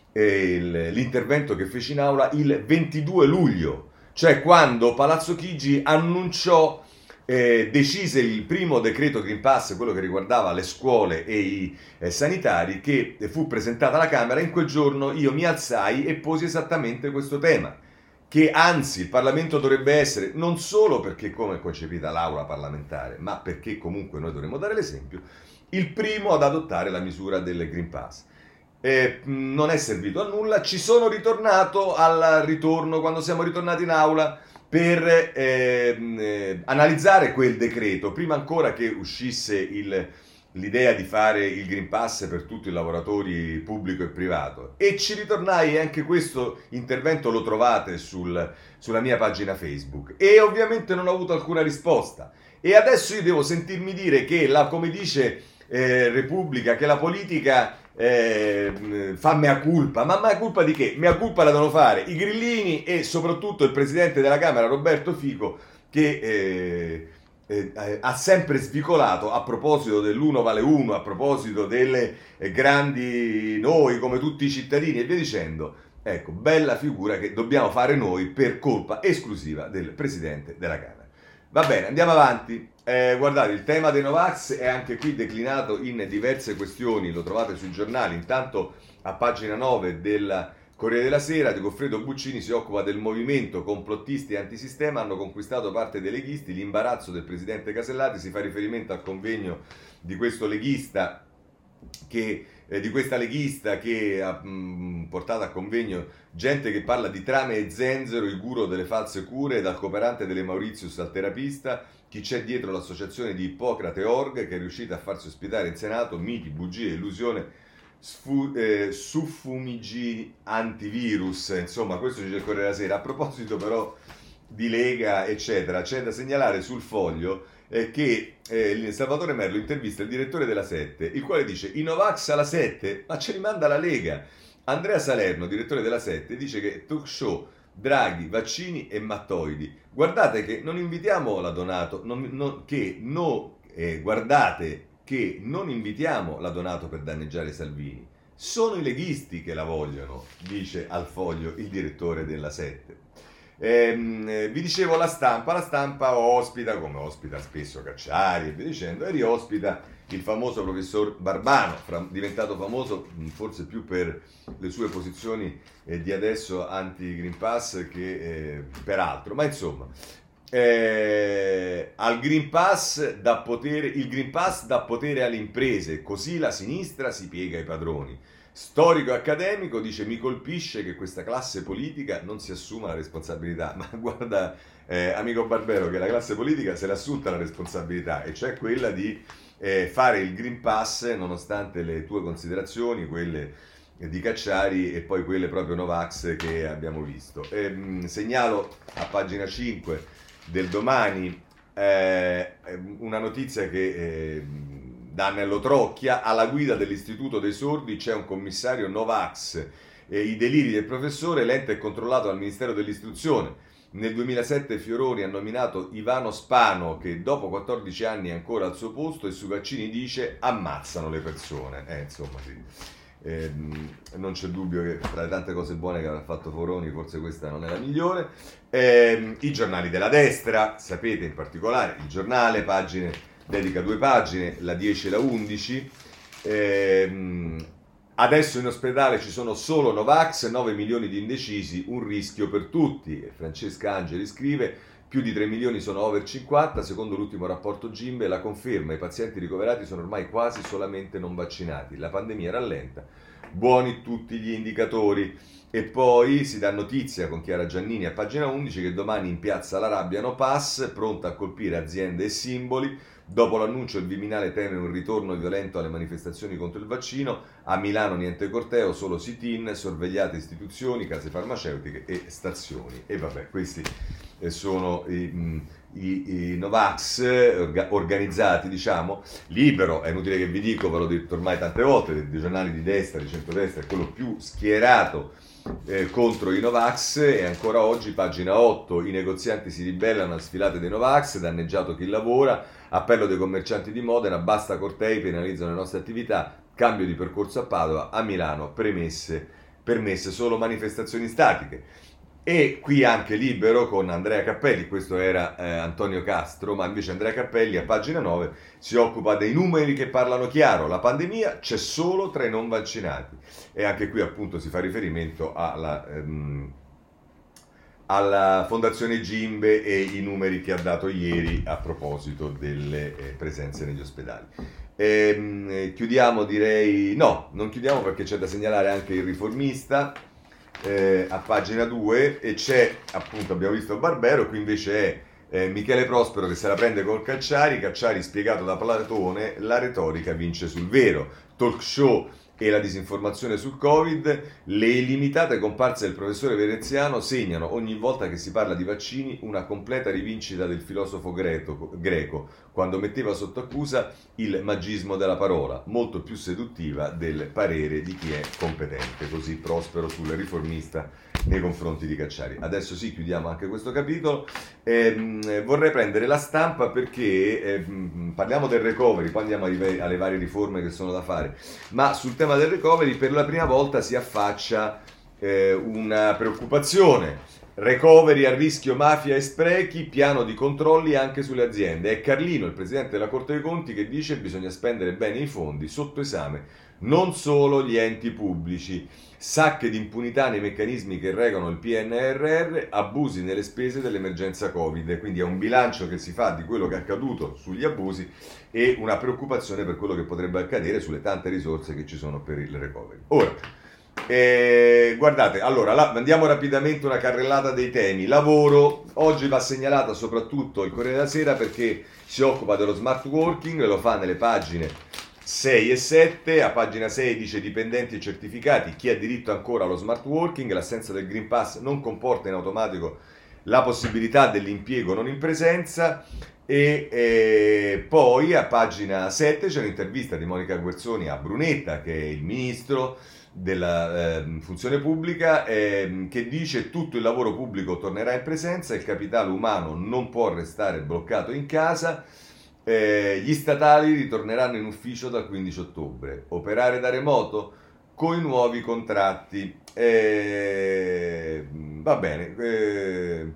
l'intervento che fece in aula il ventidue luglio, cioè quando Palazzo Chigi annunciò, eh, decise il primo decreto Green Pass, quello che riguardava le scuole e i eh, sanitari, che fu presentata alla Camera. In quel giorno io mi alzai e posi esattamente questo tema, che anzi il Parlamento dovrebbe essere, non solo perché come è concepita l'aula parlamentare, ma perché comunque noi dovremmo dare l'esempio, il primo ad adottare la misura del Green Pass. Eh, non è servito a nulla, ci sono ritornato al ritorno quando siamo ritornati in aula per eh, eh, analizzare quel decreto, prima ancora che uscisse il, l'idea di fare il Green Pass per tutti i lavoratori pubblico e privato, e ci ritornai, e anche questo intervento lo trovate sul, sulla mia pagina Facebook, e ovviamente non ho avuto alcuna risposta, e adesso io devo sentirmi dire che, la, come dice eh, Repubblica, che la politica Eh, fa mea culpa, ma mea culpa di che? Mea culpa la devono fare i grillini e soprattutto il presidente della Camera Roberto Fico che eh, eh, ha sempre svicolato a proposito dell'uno vale uno, a proposito delle eh, grandi noi come tutti i cittadini e via dicendo. Ecco, bella figura che dobbiamo fare noi per colpa esclusiva del presidente della Camera. Va bene, andiamo avanti. Eh, guardate, il tema dei Novax è anche qui declinato in diverse questioni, lo trovate sui giornali. Intanto a pagina nove del Corriere della Sera, di Goffredo Buccini si occupa del movimento complottisti e antisistema, hanno conquistato parte dei leghisti, l'imbarazzo del presidente Casellati, si fa riferimento al convegno di questo leghista che, eh, di questa leghista che ha mh, portato a convegno gente che parla di trame e zenzero, il guru delle false cure, dal cooperante delle Mauritius al terapista, chi c'è dietro l'associazione di Ippocrate Org che è riuscita a farsi ospitare in Senato, miti, bugie, illusione, Sfu, eh, suffumigi antivirus, insomma questo dice il Corriere della Sera. A proposito però di Lega eccetera, c'è da segnalare sul Foglio eh, che eh, Salvatore Merlo intervista il direttore della sette, il quale dice i Novax alla sette, ma ce li manda la Lega. Andrea Salerno, direttore della sette, dice che talk show, Draghi, vaccini e mattoidi, guardate che non invitiamo la Donato, non, non, che no, eh, guardate che non invitiamo la Donato per danneggiare Salvini, sono i leghisti che la vogliono, dice al Foglio il direttore della sette. Ehm, eh, vi dicevo la stampa, la stampa ospita, come ospita spesso Cacciari e via dicendo, e riospita il famoso professor Barbano, fra, diventato famoso forse più per le sue posizioni eh, di adesso anti-Green Pass che eh, per altro, ma insomma... Eh, al Green Pass dà potere, il Green Pass dà potere alle imprese, così la sinistra si piega ai padroni. Storico e accademico dice mi colpisce che questa classe politica non si assuma la responsabilità, ma guarda eh, amico Barbero che la classe politica se l'è assunta la responsabilità, e cioè quella di eh, fare il Green Pass nonostante le tue considerazioni, quelle di Cacciari e poi quelle proprio Novax che abbiamo visto. Eh, segnalo a pagina cinque del Domani eh, una notizia che eh, dà Nello Trocchia, alla guida dell'Istituto dei Sordi c'è un commissario Novax, eh, i deliri del professore, l'ente è controllato dal Ministero dell'Istruzione. Nel duemilasette Fioroni ha nominato Ivano Spano che dopo quattordici anni è ancora al suo posto e sui vaccini dice ammazzano le persone. Eh, insomma sì. Eh, non c'è dubbio che tra le tante cose buone che avrà fatto Foroni forse questa non è la migliore. Eh, i giornali della destra, sapete in particolare il Giornale, pagine, dedica due pagine, la dieci e la undici. Eh, adesso in ospedale ci sono solo Novax, nove milioni di indecisi, un rischio per tutti. Francesca Angeli scrive più di tre milioni sono over cinquanta, secondo l'ultimo rapporto Gimbe la conferma, i pazienti ricoverati sono ormai quasi solamente non vaccinati, la pandemia rallenta, buoni tutti gli indicatori. E poi si dà notizia con Chiara Giannini a pagina undici che domani in piazza la rabbia no pass, pronta a colpire aziende e simboli. Dopo l'annuncio il Viminale teme un ritorno violento alle manifestazioni contro il vaccino, a Milano niente corteo, solo sit-in, sorvegliate istituzioni, case farmaceutiche e stazioni. E vabbè, questi sono i, i, i Novax orga, organizzati, diciamo. Libero, è inutile che vi dico, ve l'ho detto ormai tante volte, dei giornali di destra, di centrodestra, è quello più schierato eh, contro i Novax, e ancora oggi, pagina otto, i negozianti si ribellano a sfilate dei Novax, danneggiato chi lavora, appello dei commercianti di Modena, basta cortei, penalizzano le nostre attività, cambio di percorso a Padova, a Milano permesse, permesse solo manifestazioni statiche. E qui anche Libero con Andrea Cappelli, questo era eh, Antonio Castro, ma invece Andrea Cappelli a pagina nove si occupa dei numeri che parlano chiaro, la pandemia c'è solo tra i non vaccinati, e anche qui appunto si fa riferimento alla, ehm, alla Fondazione Gimbe e i numeri che ha dato ieri a proposito delle eh, presenze negli ospedali. Ehm, chiudiamo direi, no, non chiudiamo perché c'è da segnalare anche il Riformista, Eh, a pagina due, e c'è appunto, abbiamo visto Barbero, qui invece è eh, Michele Prospero che se la prende col Cacciari, Cacciari spiegato da Platone, la retorica vince sul vero, talk show e la disinformazione sul Covid, le illimitate comparse del professore veneziano segnano ogni volta che si parla di vaccini una completa rivincita del filosofo greco, greco quando metteva sotto accusa il magismo della parola, molto più seduttiva del parere di chi è competente. Così Prospero sul Riformista nei confronti di Cacciari. Adesso sì, chiudiamo anche questo capitolo. Eh, vorrei prendere la stampa perché eh, parliamo del recovery, poi andiamo alle varie riforme che sono da fare, ma sul tema del recovery per la prima volta si affaccia eh, una preoccupazione. Recovery a rischio mafia e sprechi, piano di controlli anche sulle aziende. È Carlino, il presidente della Corte dei Conti, che dice che bisogna spendere bene i fondi, sotto esame non solo gli enti pubblici. sacche di impunità nei meccanismi che regolano il P N R R, abusi nelle spese dell'emergenza Covid. Quindi è un bilancio che si fa di quello che è accaduto sugli abusi e una preoccupazione per quello che potrebbe accadere sulle tante risorse che ci sono per il recovery. Ora, eh, guardate, allora la, andiamo rapidamente una carrellata dei temi. Lavoro, oggi va segnalata soprattutto il Corriere della Sera perché si occupa dello smart working, lo fa nelle pagine sei e sette. A pagina sei dice dipendenti e certificati, chi ha diritto ancora allo smart working, l'assenza del Green Pass non comporta in automatico la possibilità dell'impiego non in presenza. E eh, poi a pagina sette c'è un'intervista di Monica Guerzoni a Brunetta, che è il ministro della eh, funzione pubblica, eh, che dice tutto il lavoro pubblico tornerà in presenza, il capitale umano non può restare bloccato in casa, eh, gli statali ritorneranno in ufficio dal quindici ottobre, operare da remoto con i nuovi contratti. Eh, va bene, eh,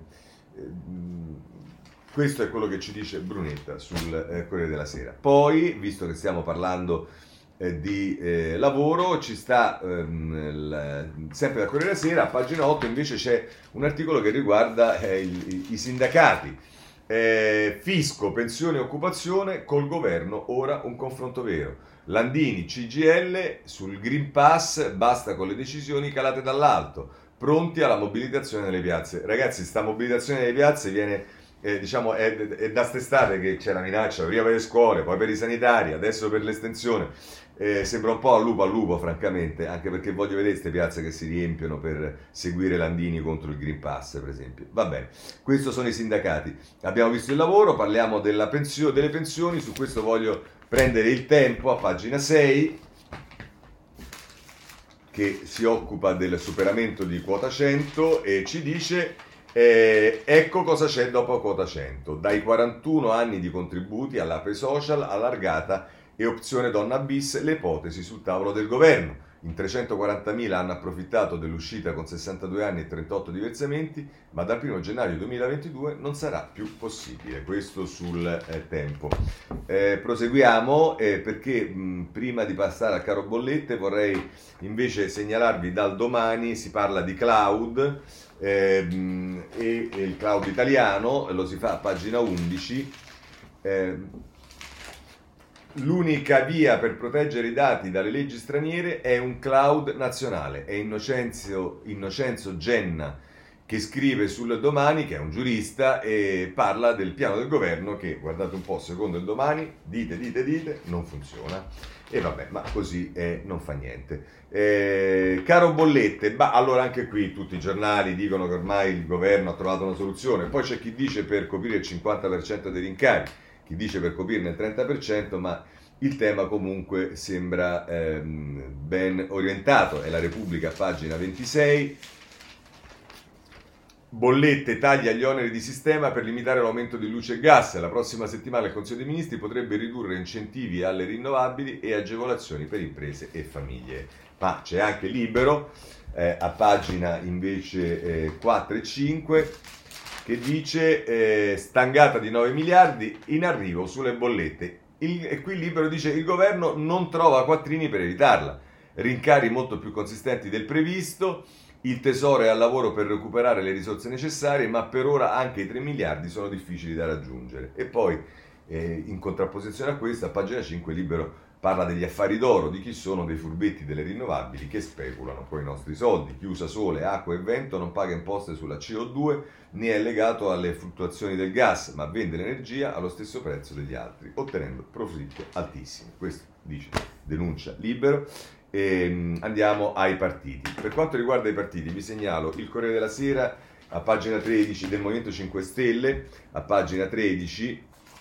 questo è quello che ci dice Brunetta sul eh, Corriere della Sera. Poi, visto che stiamo parlando eh, di eh, lavoro, ci sta ehm, il, sempre da Corriere della Sera, a pagina otto invece c'è un articolo che riguarda eh, il, i sindacati. Eh, fisco, pensione e occupazione, col governo ora un confronto vero. Landini, C G I L, sul Green Pass, basta con le decisioni calate dall'alto, pronti alla mobilitazione nelle piazze. Ragazzi, sta mobilitazione nelle piazze viene... Eh, diciamo è, è da quest'estate che c'è la minaccia, prima per le scuole, poi per i sanitari, adesso per l'estensione. Eh, sembra un po' al lupo al lupo, francamente, anche perché voglio vedere queste piazze che si riempiono per seguire Landini contro il Green Pass, per esempio. Va bene, questi sono i sindacati. Abbiamo visto il lavoro, parliamo della pensio- delle pensioni, su questo voglio prendere il tempo a pagina sei, che si occupa del superamento di quota cento e ci dice... Eh, ecco cosa c'è dopo quota cento, dai quarantuno anni di contributi all'Ape Social allargata e opzione donna bis, le ipotesi sul tavolo del governo. In trecentoquarantamila hanno approfittato dell'uscita con sessantadue anni e trentotto di versamenti, ma dal primo gennaio duemilaventidue non sarà più possibile. Questo sul eh, tempo. Eh, proseguiamo eh, perché mh, prima di passare al caro bollette vorrei invece segnalarvi dal Domani, si parla di cloud. Eh, e, e il cloud italiano lo si fa a pagina undici. Eh, l'unica via per proteggere i dati dalle leggi straniere è un cloud nazionale. È Innocenzo, Innocenzo Genna che scrive sul Domani, che è un giurista, e parla del piano del governo che, guardate un po', secondo il Domani, dite, dite, dite, non funziona. E vabbè, ma così eh, non fa niente. Eh, caro bollette, bah, allora anche qui tutti i giornali dicono che ormai il governo ha trovato una soluzione, poi c'è chi dice per coprire il cinquanta per cento dei rincari, chi dice per coprirne il trenta per cento, ma il tema comunque sembra ehm, ben orientato. È la Repubblica, pagina ventisei. Bollette taglia gli oneri di sistema per limitare l'aumento di luce e gas. La prossima settimana il Consiglio dei Ministri potrebbe ridurre incentivi alle rinnovabili e agevolazioni per imprese e famiglie. Ma c'è anche Libero, eh, a pagina invece eh, quattro e cinque, che dice eh, stangata di nove miliardi in arrivo sulle bollette. Il, e qui Libero dice il governo non trova quattrini per evitarla. Rincari molto più consistenti del previsto. Il tesoro è al lavoro per recuperare le risorse necessarie, ma per ora anche i tre miliardi sono difficili da raggiungere. E poi, eh, in contrapposizione a questo, a pagina cinque, Libero parla degli affari d'oro, di chi sono dei furbetti delle rinnovabili che speculano con i nostri soldi. Chi usa sole, acqua e vento non paga imposte sulla C O due, né è legato alle fluttuazioni del gas, ma vende l'energia allo stesso prezzo degli altri, ottenendo profitti altissimi. Questo dice, denuncia Libero. E andiamo ai partiti. Per quanto riguarda i partiti, vi segnalo il Corriere della Sera a pagina tredici del Movimento cinque Stelle, a pagina tredici.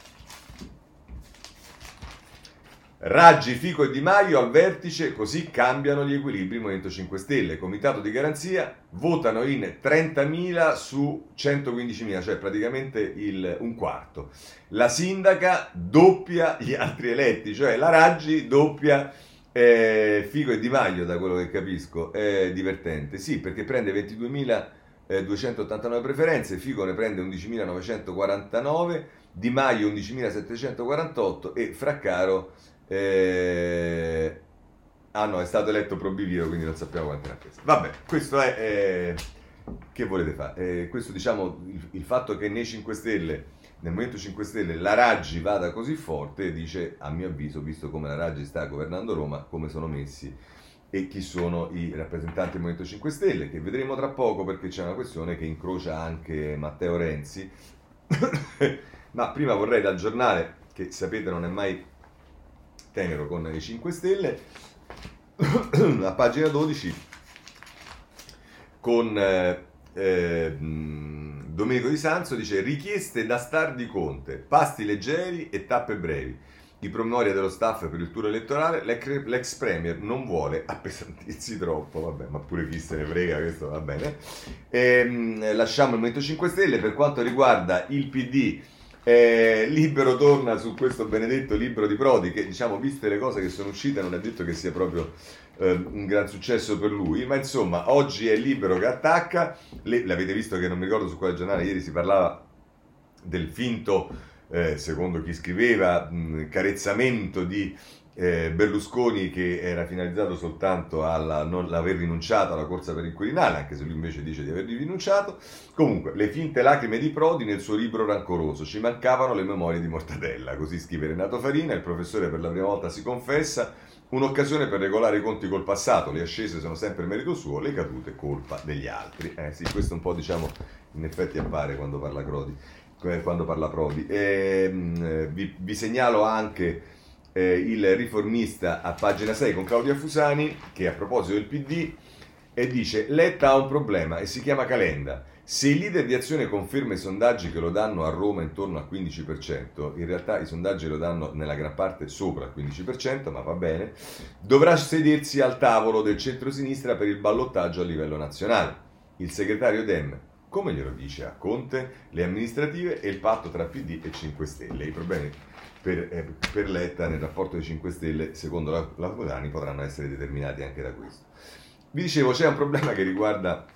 Raggi, Fico e Di Maio al vertice, così cambiano gli equilibri. Movimento cinque Stelle, comitato di garanzia, votano in trentamila su centoquindicimila, cioè praticamente il, un quarto. La sindaca doppia gli altri eletti, cioè la Raggi doppia eh, Fico e Di Maio, da quello che capisco. È divertente, sì, perché prende ventidue-duecentottantanove preferenze, Fico ne prende undicimilanovecentoquarantanove, Di Maio undicimilasettecentoquarantotto e Fraccaro Eh, Ah no, è stato eletto Pro Bivio, quindi non sappiamo quante ne ha prese. Vabbè, questo è... Eh, che volete fare? Eh, questo diciamo, il, il fatto che nei cinque Stelle, nel Movimento cinque Stelle, la Raggi vada così forte, dice, a mio avviso, visto come la Raggi sta governando Roma, come sono messi e chi sono i rappresentanti del Movimento cinque Stelle, che vedremo tra poco perché c'è una questione che incrocia anche Matteo Renzi. Ma prima vorrei dal giornale, che sapete non è mai tenero con i cinque Stelle, a pagina dodici, con eh, eh, Domenico Di Sanzo, dice richieste da star di Conte, pasti leggeri e tappe brevi. I promemoria dello staff per il tour elettorale, l'ex premier non vuole appesantirsi troppo, vabbè, ma pure chi se ne frega, questo va bene. E, lasciamo il Movimento cinque Stelle. Per quanto riguarda il P D, eh, Libero torna su questo benedetto libro di Prodi, che diciamo, viste le cose che sono uscite, non è detto che sia proprio eh, un gran successo per lui, ma insomma, oggi è Libero che attacca. Le, l'avete visto che non mi ricordo su quale giornale ieri si parlava del finto, Eh, secondo chi scriveva, mh, carezzamento di eh, Berlusconi, che era finalizzato soltanto a non aver rinunciato alla corsa per il Quirinale, anche se lui invece dice di aver rinunciato. Comunque, le finte lacrime di Prodi nel suo libro rancoroso, ci mancavano le memorie di Mortadella, così scrive Renato Farina. Il professore per la prima volta si confessa, un'occasione per regolare i conti col passato, le ascese sono sempre merito suo, le cadute colpa degli altri. Eh sì, questo un po', diciamo, in effetti appare quando parla Prodi. quando parla Prodi. E, mh, vi, vi segnalo anche eh, il Riformista a pagina sei con Claudia Fusani, che a proposito del P D e dice: Letta ha un problema e si chiama Calenda. Se il leader di Azione conferma i sondaggi che lo danno a Roma intorno al quindici per cento, in realtà i sondaggi lo danno nella gran parte sopra il quindici per cento, ma va bene, dovrà sedersi al tavolo del centrosinistra per il ballottaggio a livello nazionale. Il segretario Dem come glielo dice a Conte, le amministrative e il patto tra P D e cinque Stelle. I problemi per, eh, per Letta nel rapporto dei cinque Stelle, secondo la, la Fusani, potranno essere determinati anche da questo. Vi dicevo, c'è un problema che riguarda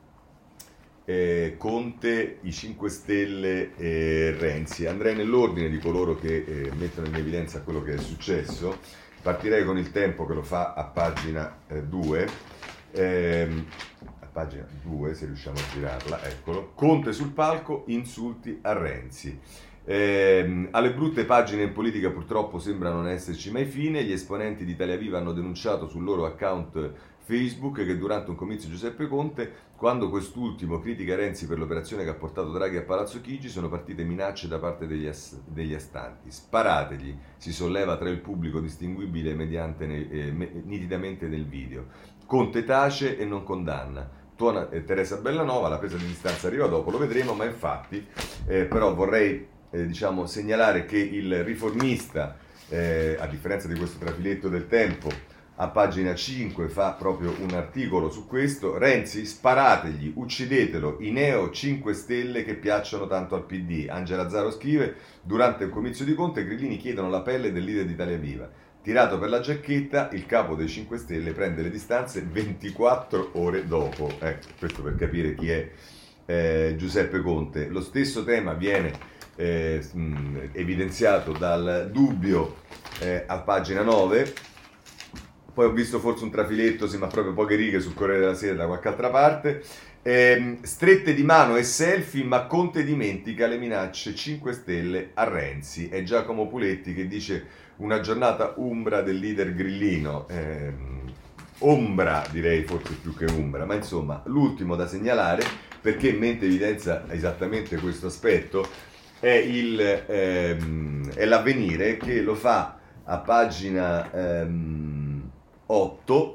eh, Conte, i cinque Stelle e Renzi. Andrei nell'ordine di coloro che eh, mettono in evidenza quello che è successo. Partirei con Il Tempo, che lo fa a pagina eh, due. Ehm, pagina due, se riusciamo a girarla, eccolo. Conte sul palco, insulti a Renzi. Eh, alle brutte pagine in politica purtroppo sembra non esserci mai fine. Gli esponenti di Italia Viva hanno denunciato sul loro account Facebook che durante un comizio Giuseppe Conte, quando quest'ultimo critica Renzi per l'operazione che ha portato Draghi a Palazzo Chigi, sono partite minacce da parte degli, ass- degli astanti. Sparategli, si solleva tra il pubblico distinguibile mediante ne- eh, me- nitidamente nel video. Conte tace e non condanna. Tuona eh, Teresa Bellanova, la presa di distanza arriva dopo, lo vedremo, ma infatti eh, però vorrei eh, diciamo, segnalare che il Riformista, eh, a differenza di questo trafiletto del Tempo, a pagina cinque fa proprio un articolo su questo. Renzi, sparategli, uccidetelo, i neo cinque Stelle che piacciono tanto al P D. Angela Zaro scrive, durante il comizio di Conte, i grillini chiedono la pelle del leader di Italia Viva. Tirato per la giacchetta, il capo dei cinque Stelle prende le distanze ventiquattro ore dopo. Ecco, questo per capire chi è eh, Giuseppe Conte. Lo stesso tema viene eh, mh, evidenziato dal Dubbio eh, a pagina nove. Poi ho visto forse un trafiletto, sì, ma proprio poche righe sul Corriere della Sera da qualche altra parte. Eh, strette di mano e selfie, ma Conte dimentica le minacce cinque Stelle a Renzi. È Giacomo Puletti che dice una giornata umbra del leader grillino. Eh, ombra direi, forse più che umbra, ma insomma l'ultimo da segnalare, perché in mente evidenzia esattamente questo aspetto, è, il, ehm, è l'Avvenire, che lo fa a pagina ehm, otto.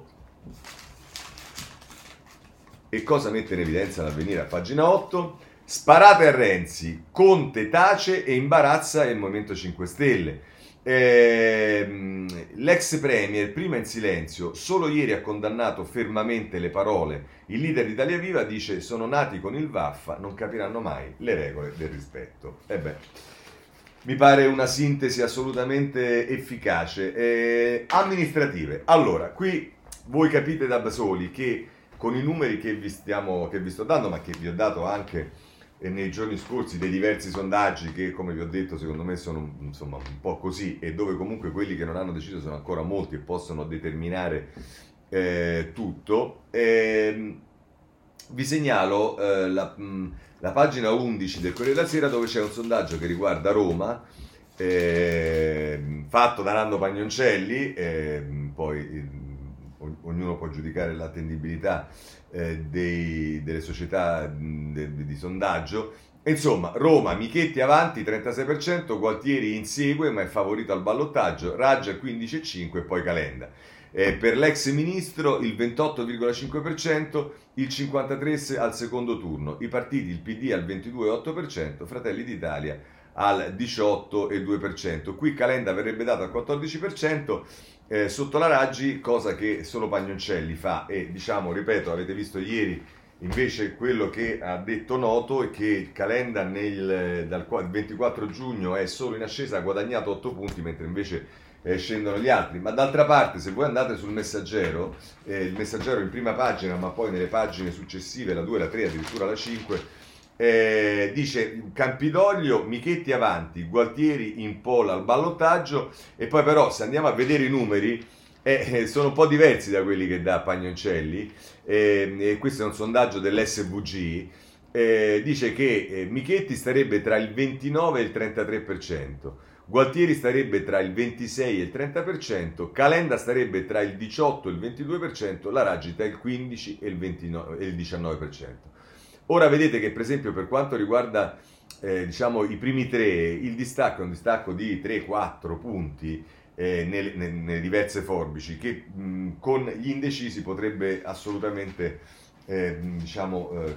E cosa mette in evidenza l'Avvenire a pagina otto? Sparate a Renzi, Conte tace e imbarazza il Movimento cinque Stelle. Ehm, l'ex premier, prima in silenzio, solo ieri ha condannato fermamente le parole. Il leader di Italia Viva dice: sono nati con il vaffa, non capiranno mai le regole del rispetto. E beh, mi pare una sintesi assolutamente efficace. Eh, amministrative. Allora, qui voi capite da soli che con i numeri che vi, stiamo, che vi sto dando, ma che vi ho dato anche e nei giorni scorsi dei diversi sondaggi che, come vi ho detto, secondo me sono insomma un po' così, e dove comunque quelli che non hanno deciso sono ancora molti e possono determinare eh, tutto. Ehm, vi segnalo eh, la, mh, la pagina undici del Corriere della Sera, dove c'è un sondaggio che riguarda Roma, eh, fatto da Nando Pagnoncelli, eh, poi eh, ognuno può giudicare l'attendibilità eh, dei, delle società mh, de, di sondaggio. Insomma, Roma, Michetti avanti trentasei per cento, Gualtieri insegue ma è favorito al ballottaggio, Raggia quindici virgola cinque per cento e poi Calenda. Eh, per l'ex ministro il ventotto virgola cinque per cento, il cinquantatré per cento al secondo turno, i partiti, il P D al ventidue virgola otto per cento, Fratelli d'Italia al diciotto virgola due per cento. Qui Calenda verrebbe dato al quattordici per cento eh, sotto la Raggi, cosa che solo Pagnoncelli fa, e diciamo, ripeto, avete visto ieri invece quello che ha detto Noto è che Calenda nel, dal ventiquattro giugno è solo in ascesa, ha guadagnato otto punti, mentre invece eh, scendono gli altri. Ma d'altra parte, se voi andate sul Messaggero, eh, il Messaggero in prima pagina, ma poi nelle pagine successive, la due, la tre, addirittura la cinque, eh, dice Campidoglio, Michetti avanti, Gualtieri in pole al ballottaggio, e poi però se andiamo a vedere i numeri eh, sono un po' diversi da quelli che dà Pagnoncelli, eh, e questo è un sondaggio dell'S V G, eh, dice che eh, Michetti starebbe tra il ventinove e il trentatré per cento, Gualtieri starebbe tra il ventisei e il trenta per cento, Calenda starebbe tra il diciotto e il ventidue per cento, la Raggi tra il quindici e il, ventinove, e il diciannove per cento. Ora vedete che per esempio per quanto riguarda eh, diciamo, i primi tre, il distacco è un distacco di tre quattro punti eh, nelle, nelle diverse forbici, che mh, con gli indecisi potrebbe assolutamente eh, diciamo, eh,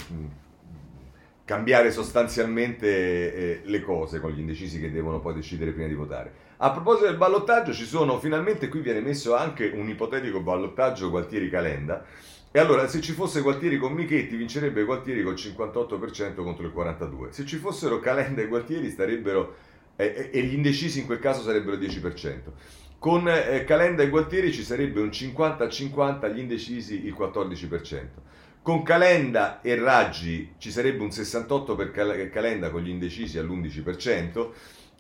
cambiare sostanzialmente eh, le cose, con gli indecisi che devono poi decidere prima di votare. A proposito del ballottaggio, ci sono finalmente, qui viene messo anche un ipotetico ballottaggio Gualtieri-Calenda. E allora, se ci fosse Gualtieri con Michetti, vincerebbe Gualtieri col cinquantotto per cento contro il quarantadue per cento. Se ci fossero Calenda e Gualtieri, starebbero, eh, e gli indecisi in quel caso sarebbero il dieci per cento. Con eh, Calenda e Gualtieri ci sarebbe un cinquanta a cinquanta, gli indecisi il quattordici per cento. Con Calenda e Raggi ci sarebbe un sessantotto per Calenda, con gli indecisi all'undici per cento.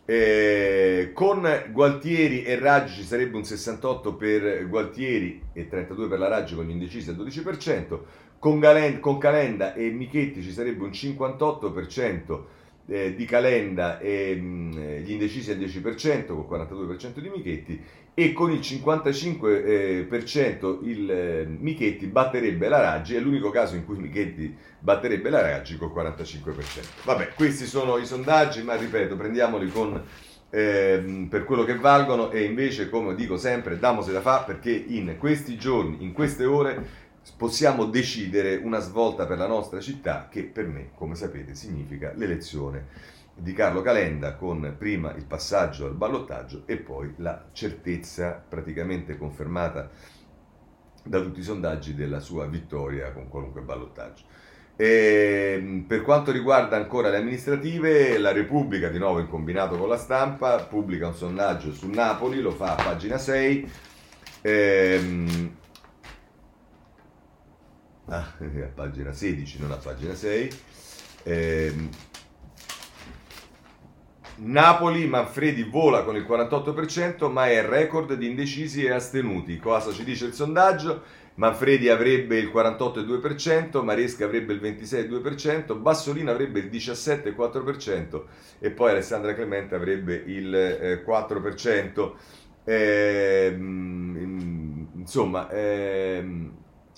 Eh, con Gualtieri e Raggi ci sarebbe un sessantotto per Gualtieri e trentadue per la Raggi, con gli indecisi al dodici per cento. Con, Galen- con Calenda e Michetti ci sarebbe un cinquantotto per cento eh, di Calenda e mh, gli indecisi al dieci per cento, con il quarantadue per cento di Michetti, e con il cinquantacinque per cento il eh, Michetti batterebbe la Raggi. È l'unico caso in cui Michetti batterebbe la Raggi col quarantacinque per cento. Vabbè, questi sono i sondaggi, ma ripeto, prendiamoli con, eh, per quello che valgono, e invece, come dico sempre, damosi da fa, perché in questi giorni, in queste ore, possiamo decidere una svolta per la nostra città, che per me, come sapete, significa l'elezione di Carlo Calenda, con prima il passaggio al ballottaggio e poi la certezza praticamente confermata da tutti i sondaggi della sua vittoria con qualunque ballottaggio. E per quanto riguarda ancora le amministrative, la Repubblica, di nuovo in combinato con la Stampa, pubblica un sondaggio su Napoli, lo fa a pagina sei. Ehm, ah, a pagina sedici, non a pagina sei. Ehm, Napoli, Manfredi vola con il quarantotto per cento, ma è record di indecisi e astenuti. Cosa ci dice il sondaggio? Manfredi avrebbe il quarantotto virgola due per cento, Maresca avrebbe il ventisei virgola due per cento, Bassolino avrebbe il diciassette virgola quattro per cento e poi Alessandra Clemente avrebbe il eh, quattro per cento. Ehm, insomma, ehm,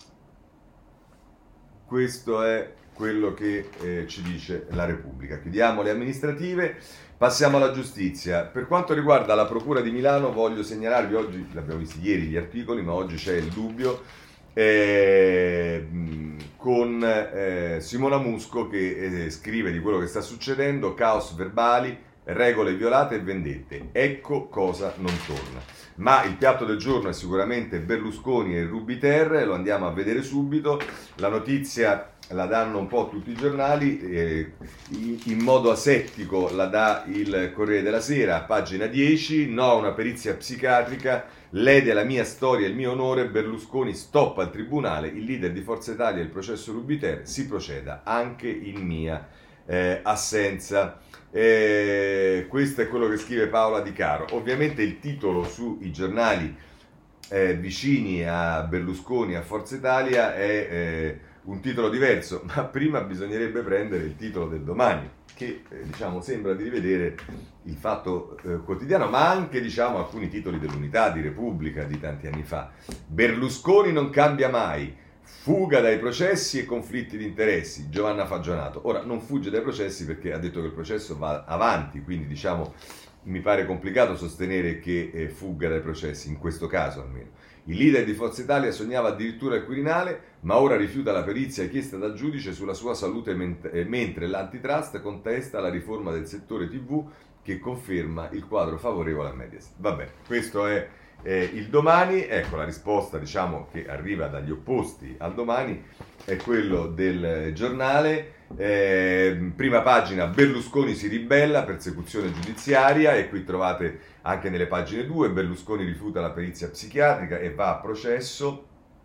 questo è quello che eh, ci dice la Repubblica. Chiudiamo le amministrative. Passiamo alla giustizia. Per quanto riguarda la Procura di Milano, voglio segnalarvi, oggi l'abbiamo visto ieri gli articoli, ma oggi c'è il dubbio, eh, con eh, Simona Musco che eh, scrive di quello che sta succedendo: caos verbali, regole violate e vendette. Ecco cosa non torna. Ma il piatto del giorno è sicuramente Berlusconi e Rubiter, lo andiamo a vedere subito. La notizia la danno un po' tutti i giornali, eh, in modo asettico la dà il Corriere della Sera, a pagina dieci, no a una perizia psichiatrica, lede la mia storia e il mio onore, Berlusconi stoppa al tribunale, il leader di Forza Italia e il processo Rubiter, si proceda anche in mia eh, assenza. Eh, questo è quello che scrive Paola Di Caro. Ovviamente il titolo sui giornali eh, vicini a Berlusconi, a Forza Italia, è eh, un titolo diverso, ma prima bisognerebbe prendere il titolo del Domani, che eh, diciamo sembra di rivedere il Fatto eh, Quotidiano, ma anche diciamo alcuni titoli dell'Unità, di Repubblica di tanti anni fa. Berlusconi non cambia mai, fuga dai processi e conflitti di interessi, Giovanna Fagionato. Ora non fugge dai processi perché ha detto che il processo va avanti, quindi diciamo mi pare complicato sostenere che eh, fugga dai processi, in questo caso almeno. Il leader di Forza Italia sognava addirittura il Quirinale, ma ora rifiuta la perizia chiesta dal giudice sulla sua salute, ment- eh, mentre l'antitrust contesta la riforma del settore tivù che conferma il quadro favorevole a Mediaset. Vabbè, questo è eh, il Domani. Ecco, la risposta diciamo che arriva dagli opposti al Domani è quello del giornale. Eh, prima pagina: Berlusconi si ribella, persecuzione giudiziaria, e qui trovate anche nelle pagine due: Berlusconi rifiuta la perizia psichiatrica e va a processo,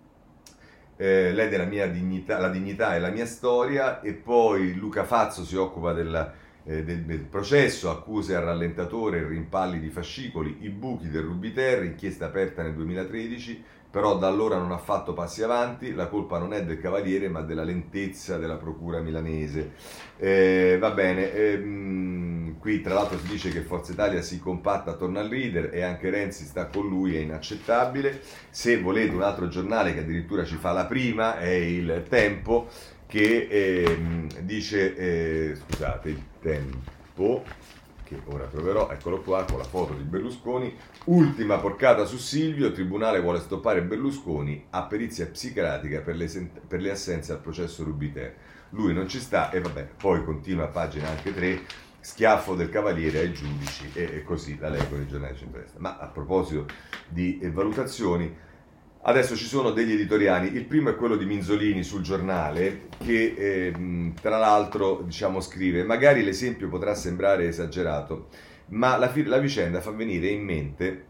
eh, lei della mia dignità, la dignità e la mia storia. E poi Luca Fazzo si occupa della, eh, del, del processo, accuse al rallentatore, rimpalli di fascicoli, i buchi del Rubiter, inchiesta aperta nel duemilatredici, però da allora non ha fatto passi avanti, la colpa non è del Cavaliere ma della lentezza della procura milanese. Eh, va bene, ehm, qui tra l'altro si dice che Forza Italia si compatta attorno al leader e anche Renzi sta con lui, è inaccettabile. Se volete un altro giornale che addirittura ci fa la prima è Il Tempo, che ehm, dice, eh, scusate, Il Tempo, che ora troverò, eccolo qua con la foto di Berlusconi: ultima porcata su Silvio, tribunale vuole stoppare Berlusconi a perizia psichiatrica per le, sent- per le assenze al processo Rubiter. Lui non ci sta, e vabbè, poi continua a pagina anche tre, schiaffo del Cavaliere ai giudici, e, e così la leggo nei giornali centrodestra. Ma a proposito di eh, valutazioni, adesso ci sono degli editoriali. Il primo è quello di Minzolini sul Giornale, che eh, tra l'altro diciamo scrive: magari l'esempio potrà sembrare esagerato, ma la, la vicenda fa venire in mente,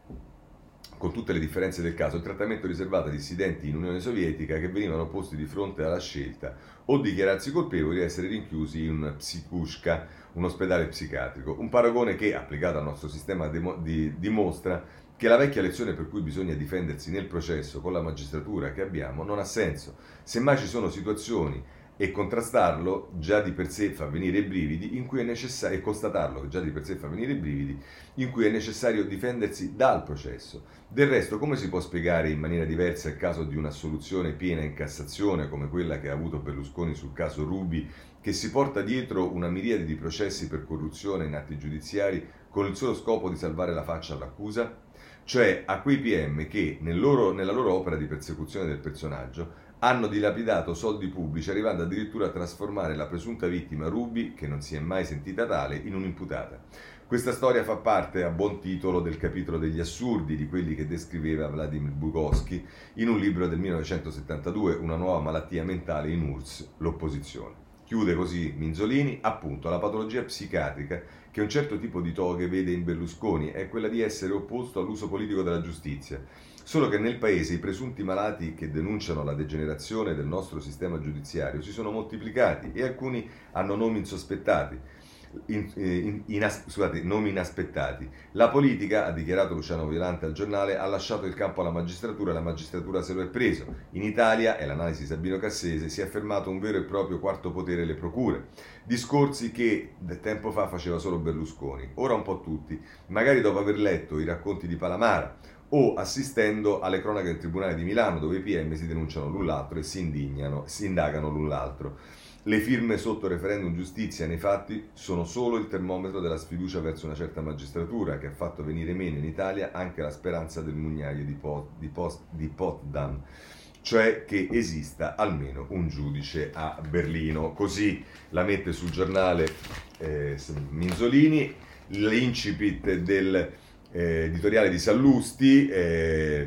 con tutte le differenze del caso, il trattamento riservato ai dissidenti in Unione Sovietica che venivano posti di fronte alla scelta o dichiararsi colpevoli di essere rinchiusi in un psicushka, un ospedale psichiatrico. Un paragone che, applicato al nostro sistema, demo, di, dimostra che la vecchia lezione per cui bisogna difendersi nel processo con la magistratura che abbiamo non ha senso. Semmai ci sono situazioni, e contrastarlo già di per sé fa venire i brividi, in cui è necessario, e constatarlo già di per sé fa venire i brividi, in cui è necessario difendersi dal processo. Del resto, come si può spiegare in maniera diversa il caso di un'assoluzione piena in Cassazione, come quella che ha avuto Berlusconi sul caso Ruby, che si porta dietro una miriade di processi per corruzione in atti giudiziari con il solo scopo di salvare la faccia all'accusa? Cioè a quei P M che nel loro, nella loro opera di persecuzione del personaggio hanno dilapidato soldi pubblici, arrivando addirittura a trasformare la presunta vittima Ruby, che non si è mai sentita tale, in un'imputata. Questa storia fa parte, a buon titolo, del capitolo degli assurdi, di quelli che descriveva Vladimir Bukovsky in un libro del millenovecentosettantadue, Una nuova malattia mentale in U R S S, l'opposizione. Chiude così Minzolini: appunto, la patologia psichiatrica che un certo tipo di toghe vede in Berlusconi è quella di essere opposto all'uso politico della giustizia. Solo che nel paese i presunti malati che denunciano la degenerazione del nostro sistema giudiziario si sono moltiplicati e alcuni hanno nomi insospettati, in, in, in, scusate, nomi inaspettati. La politica, ha dichiarato Luciano Violante al Giornale, ha lasciato il campo alla magistratura e la magistratura se lo è preso. In Italia, è l'analisi di Sabino Cassese, si è affermato un vero e proprio quarto potere, le procure. Discorsi che del tempo fa faceva solo Berlusconi, ora un po' tutti, magari dopo aver letto i racconti di Palamara o assistendo alle cronache del Tribunale di Milano, dove i P M si denunciano l'un l'altro e si indignano, si indagano l'un l'altro. Le firme sotto referendum giustizia nei fatti sono solo il termometro della sfiducia verso una certa magistratura, che ha fatto venire meno in Italia anche la speranza del mugnaio di, Pot, di, Post, di Potsdam, cioè che esista almeno un giudice a Berlino. Così la mette sul Giornale eh, Minzolini. L'incipit del eh, editoriale di Sallusti, eh,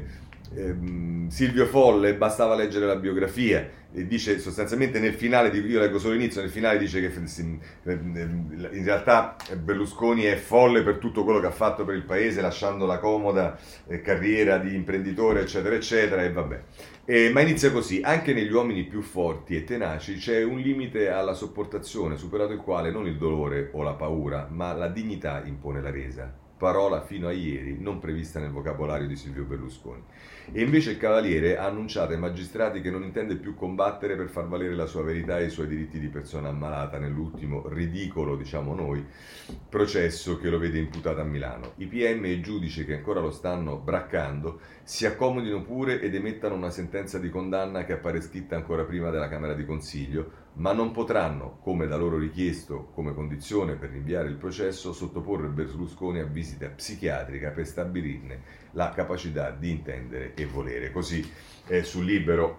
ehm, Silvio Folle, bastava leggere la biografia, e dice sostanzialmente nel finale, di, io leggo solo l'inizio, nel finale dice che in realtà Berlusconi è folle per tutto quello che ha fatto per il paese, lasciando la comoda eh, carriera di imprenditore, eccetera, eccetera, e vabbè. Eh, ma inizia così: anche negli uomini più forti e tenaci c'è un limite alla sopportazione, superato il quale non il dolore o la paura, ma la dignità impone la resa. Parola fino a ieri non prevista nel vocabolario di Silvio Berlusconi. E invece il Cavaliere ha annunciato ai magistrati che non intende più combattere per far valere la sua verità e i suoi diritti di persona ammalata nell'ultimo ridicolo, diciamo noi, processo che lo vede imputato a Milano. I P M e i giudici che ancora lo stanno braccando si accomodino pure ed emettano una sentenza di condanna che appare scritta ancora prima della Camera di Consiglio, ma non potranno, come da loro richiesto come condizione per rinviare il processo, sottoporre Berlusconi a visita psichiatrica per stabilirne la capacità di intendere e volere. Così eh, sul Libero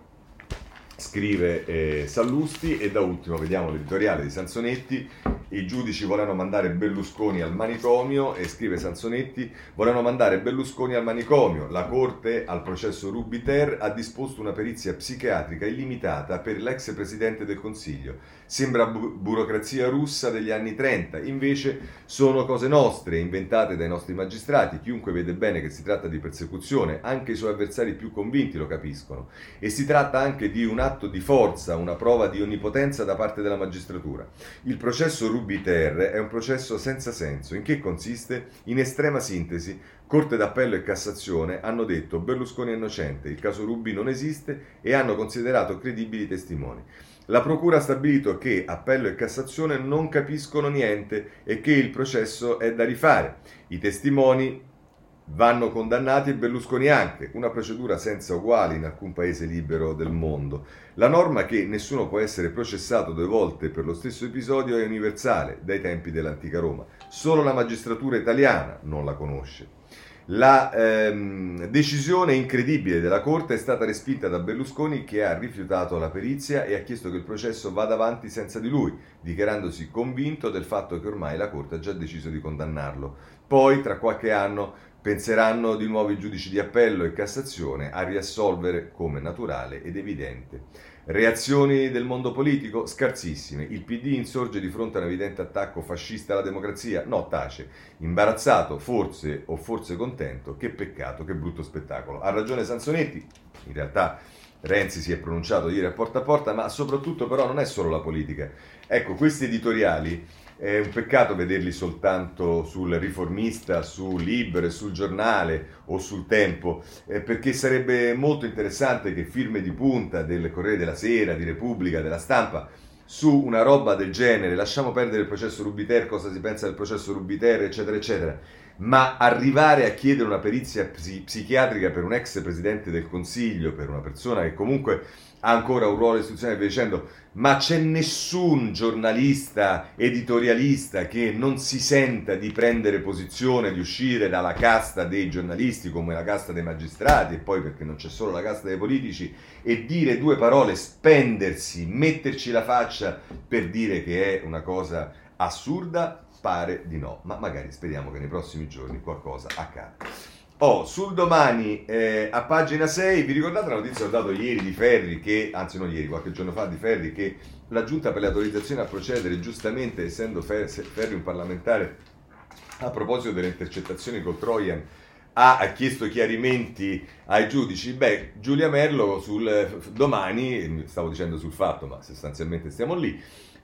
scrive eh, Sallusti. E da ultimo vediamo l'editoriale di Sansonetti: i giudici volevano mandare Berlusconi al manicomio, e scrive Sansonetti: volevano mandare Berlusconi al manicomio, la Corte al processo Ruby-Ter ha disposto una perizia psichiatrica illimitata per l'ex Presidente del Consiglio, sembra bu- burocrazia russa degli anni trenta, invece sono cose nostre, inventate dai nostri magistrati, chiunque vede bene che si tratta di persecuzione, anche i suoi avversari più convinti lo capiscono, e si tratta anche di un atto di forza, una prova di onnipotenza da parte della magistratura. Il processo Ruby-Ter è un processo senza senso. In che consiste? In estrema sintesi, Corte d'Appello e Cassazione hanno detto Berlusconi è innocente, il caso Ruby non esiste, e hanno considerato credibili i testimoni. La Procura ha stabilito che Appello e Cassazione non capiscono niente e che il processo è da rifare. I testimoni vanno condannati e Berlusconi anche, una procedura senza uguali in alcun paese libero del mondo. La norma che nessuno può essere processato due volte per lo stesso episodio è universale, dai tempi dell'antica Roma. Solo la magistratura italiana non la conosce. La ehm, decisione incredibile della Corte è stata respinta da Berlusconi, che ha rifiutato la perizia e ha chiesto che il processo vada avanti senza di lui, dichiarandosi convinto del fatto che ormai la Corte ha già deciso di condannarlo. Poi, tra qualche anno, penseranno di nuovo i giudici di appello e Cassazione a riassolvere, come naturale ed evidente. Reazioni del mondo politico? Scarsissime. Il P D insorge di fronte a un evidente attacco fascista alla democrazia? No, tace. Imbarazzato, forse, o forse contento. Che peccato, che brutto spettacolo. Ha ragione Sansonetti. In realtà Renzi si è pronunciato ieri a Porta a Porta, ma soprattutto però non è solo la politica. Ecco, questi editoriali è un peccato vederli soltanto sul Riformista, su Libero e sul Giornale o sul Tempo, eh, perché sarebbe molto interessante che firme di punta del Corriere della Sera, di Repubblica, della Stampa, su una roba del genere, lasciamo perdere il processo Ruby-Ter, cosa si pensa del processo Ruby-Ter, eccetera, eccetera, ma arrivare a chiedere una perizia psi- psichiatrica per un ex Presidente del Consiglio, per una persona che comunque ha ancora un ruolo istituzionale, e via dicendo, ma c'è nessun giornalista, editorialista che non si senta di prendere posizione, di uscire dalla casta dei giornalisti come la casta dei magistrati, e poi perché non c'è solo la casta dei politici, e dire due parole, spendersi, metterci la faccia per dire che è una cosa assurda? Pare di no, ma magari speriamo che nei prossimi giorni qualcosa accada. Oh, sul Domani, eh, a pagina sei, vi ricordate la notizia che ho dato ieri di Ferri, che, anzi non ieri, qualche giorno fa, di Ferri, che la Giunta per le autorizzazioni a procedere, giustamente essendo Ferri un parlamentare, a proposito delle intercettazioni col Trojan, ha chiesto chiarimenti ai giudici? Beh, Giulia Merlo sul Domani, stavo dicendo sul Fatto, ma sostanzialmente stiamo lì,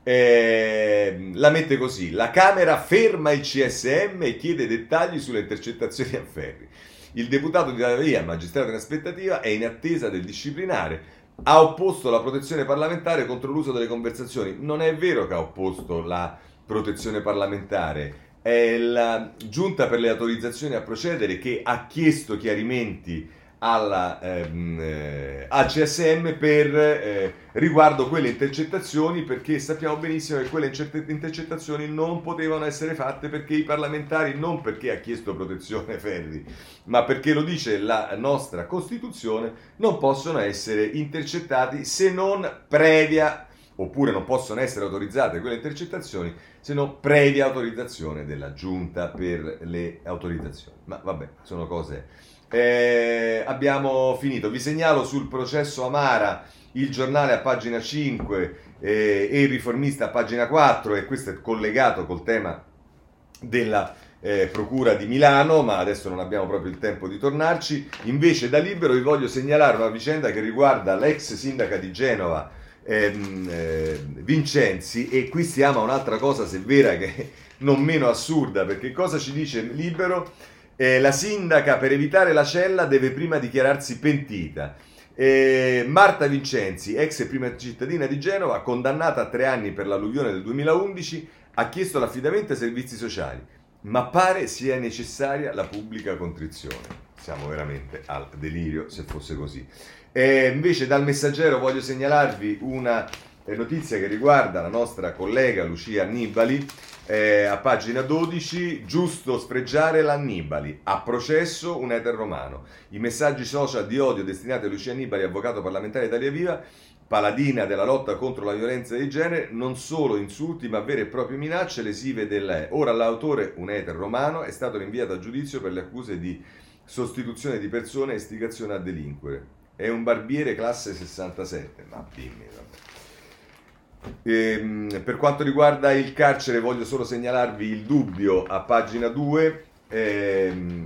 Eh, la mette così: la Camera ferma il C S M e chiede dettagli sulle intercettazioni a Ferri. Il deputato di Italia Viva, magistrato in aspettativa, è in attesa del disciplinare. Ha opposto la protezione parlamentare contro l'uso delle conversazioni. Non è vero che ha opposto la protezione parlamentare, è la Giunta per le autorizzazioni a procedere che ha chiesto chiarimenti alla, ehm, eh, al C S M per eh, riguardo quelle intercettazioni, perché sappiamo benissimo che quelle intercettazioni non potevano essere fatte perché i parlamentari, non perché ha chiesto protezione Ferri, ma perché lo dice la nostra Costituzione, non possono essere intercettati se non previa, oppure non possono essere autorizzate quelle intercettazioni se non previa autorizzazione della Giunta per le autorizzazioni. Ma vabbè, sono cose Eh, abbiamo finito. Vi segnalo sul processo Amara il Giornale a pagina cinque eh, e il Riformista a pagina quattro, e questo è collegato col tema della eh, Procura di Milano, ma adesso non abbiamo proprio il tempo di tornarci. Invece da Libero vi voglio segnalare una vicenda che riguarda l'ex sindaca di Genova, ehm, eh, Vincenzi, e qui stiamo a un'altra cosa, se vera, che non meno assurda, perché cosa ci dice Libero? Eh, la sindaca, per evitare la cella, deve prima dichiararsi pentita. Eh, Marta Vincenzi, ex prima cittadina di Genova, condannata a tre anni per l'alluvione del duemilaundici, ha chiesto l'affidamento ai servizi sociali, ma pare sia necessaria la pubblica contrizione. Siamo veramente al delirio, se fosse così. Eh, invece dal Messaggero voglio segnalarvi una notizia che riguarda la nostra collega Lucia Annibali. Eh, a pagina dodici, giusto sfregiare l'Annibali, a processo un eter romano. I messaggi social di odio destinati a Lucia Annibali, avvocato parlamentare Italia Viva, paladina della lotta contro la violenza di genere, non solo insulti ma vere e proprie minacce lesive della E. Ora l'autore, un eter romano, è stato rinviato a giudizio per le accuse di sostituzione di persone e istigazione a delinquere. È un barbiere classe sessantasette, ma dimmi, vabbè. E, per quanto riguarda il carcere voglio solo segnalarvi il Dubbio a pagina due, ehm,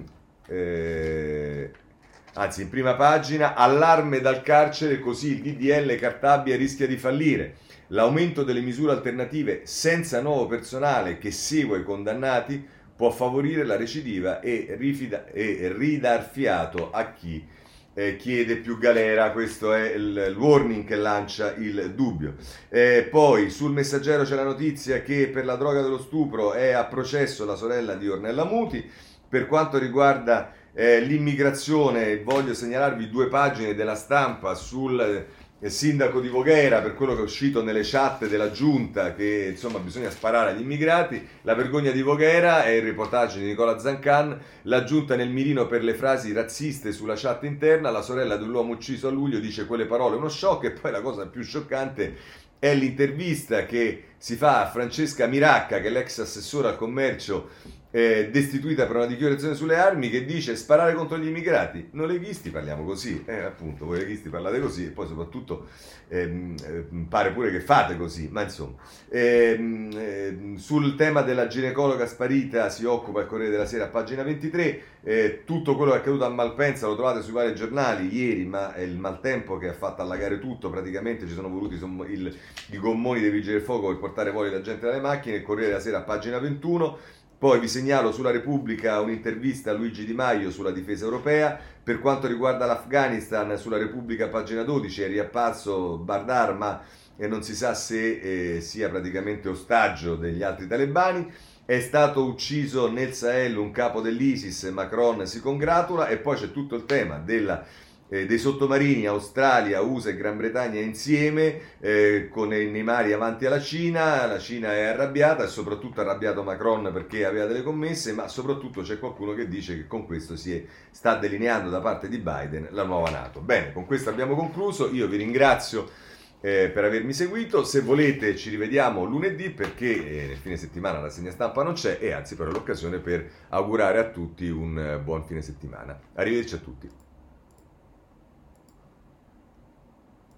eh, anzi in prima pagina, allarme dal carcere, così il D D L Cartabia rischia di fallire, l'aumento delle misure alternative senza nuovo personale che segue i condannati può favorire la recidiva e, rifida- e ridar fiato a chi Eh, chiede più galera. Questo è il, il warning che lancia il Dubbio. Eh, poi sul Messaggero c'è la notizia che per la droga dello stupro è a processo la sorella di Ornella Muti. Per quanto riguarda eh, l'immigrazione voglio segnalarvi due pagine della Stampa sul eh, sindaco di Voghera, per quello che è uscito nelle chat della giunta, che insomma bisogna sparare agli immigrati. La vergogna di Voghera è il reportage di Nicola Zancan. La giunta nel mirino per le frasi razziste sulla chat interna. La sorella di un uomo ucciso a luglio dice quelle parole, uno shock. E poi la cosa più scioccante è l'intervista che si fa a Francesca Miracca, che è l'ex assessore al commercio eh, destituita per una dichiarazione sulle armi, che dice sparare contro gli immigrati. Noi leghisti parliamo così, eh, appunto, voi leghisti parlate così, e poi soprattutto ehm, eh, pare pure che fate così, ma insomma. Ehm, ehm, sul tema della ginecologa sparita si occupa il Corriere della Sera a pagina ventitré. Eh, tutto quello che è accaduto a Malpensa lo trovate sui vari giornali ieri, ma è il maltempo che ha fatto allagare tutto, praticamente ci sono voluti som- il, i gommoni dei vigili del fuoco per portare fuori la gente dalle macchine. Il Corriere della Sera a pagina ventuno. Poi vi segnalo sulla Repubblica un'intervista a Luigi Di Maio sulla difesa europea. Per quanto riguarda l'Afghanistan, sulla Repubblica pagina dodici è riapparso Bardar, ma eh, non si sa se eh, sia praticamente ostaggio degli altri talebani. È stato ucciso nel Sahel un capo dell'ISIS, Macron si congratula. E poi c'è tutto il tema della Eh, dei sottomarini, Australia, U S A e Gran Bretagna insieme, eh, con nei mari avanti alla Cina. La Cina è arrabbiata, e soprattutto arrabbiato Macron perché aveva delle commesse, ma soprattutto c'è qualcuno che dice che con questo si è, sta delineando da parte di Biden la nuova NATO. Bene, con questo abbiamo concluso. Io vi ringrazio eh, per avermi seguito. Se volete ci rivediamo lunedì, perché eh, nel fine settimana la rassegna stampa non c'è, e anzi però è l'occasione per augurare a tutti un eh, buon fine settimana. Arrivederci a tutti.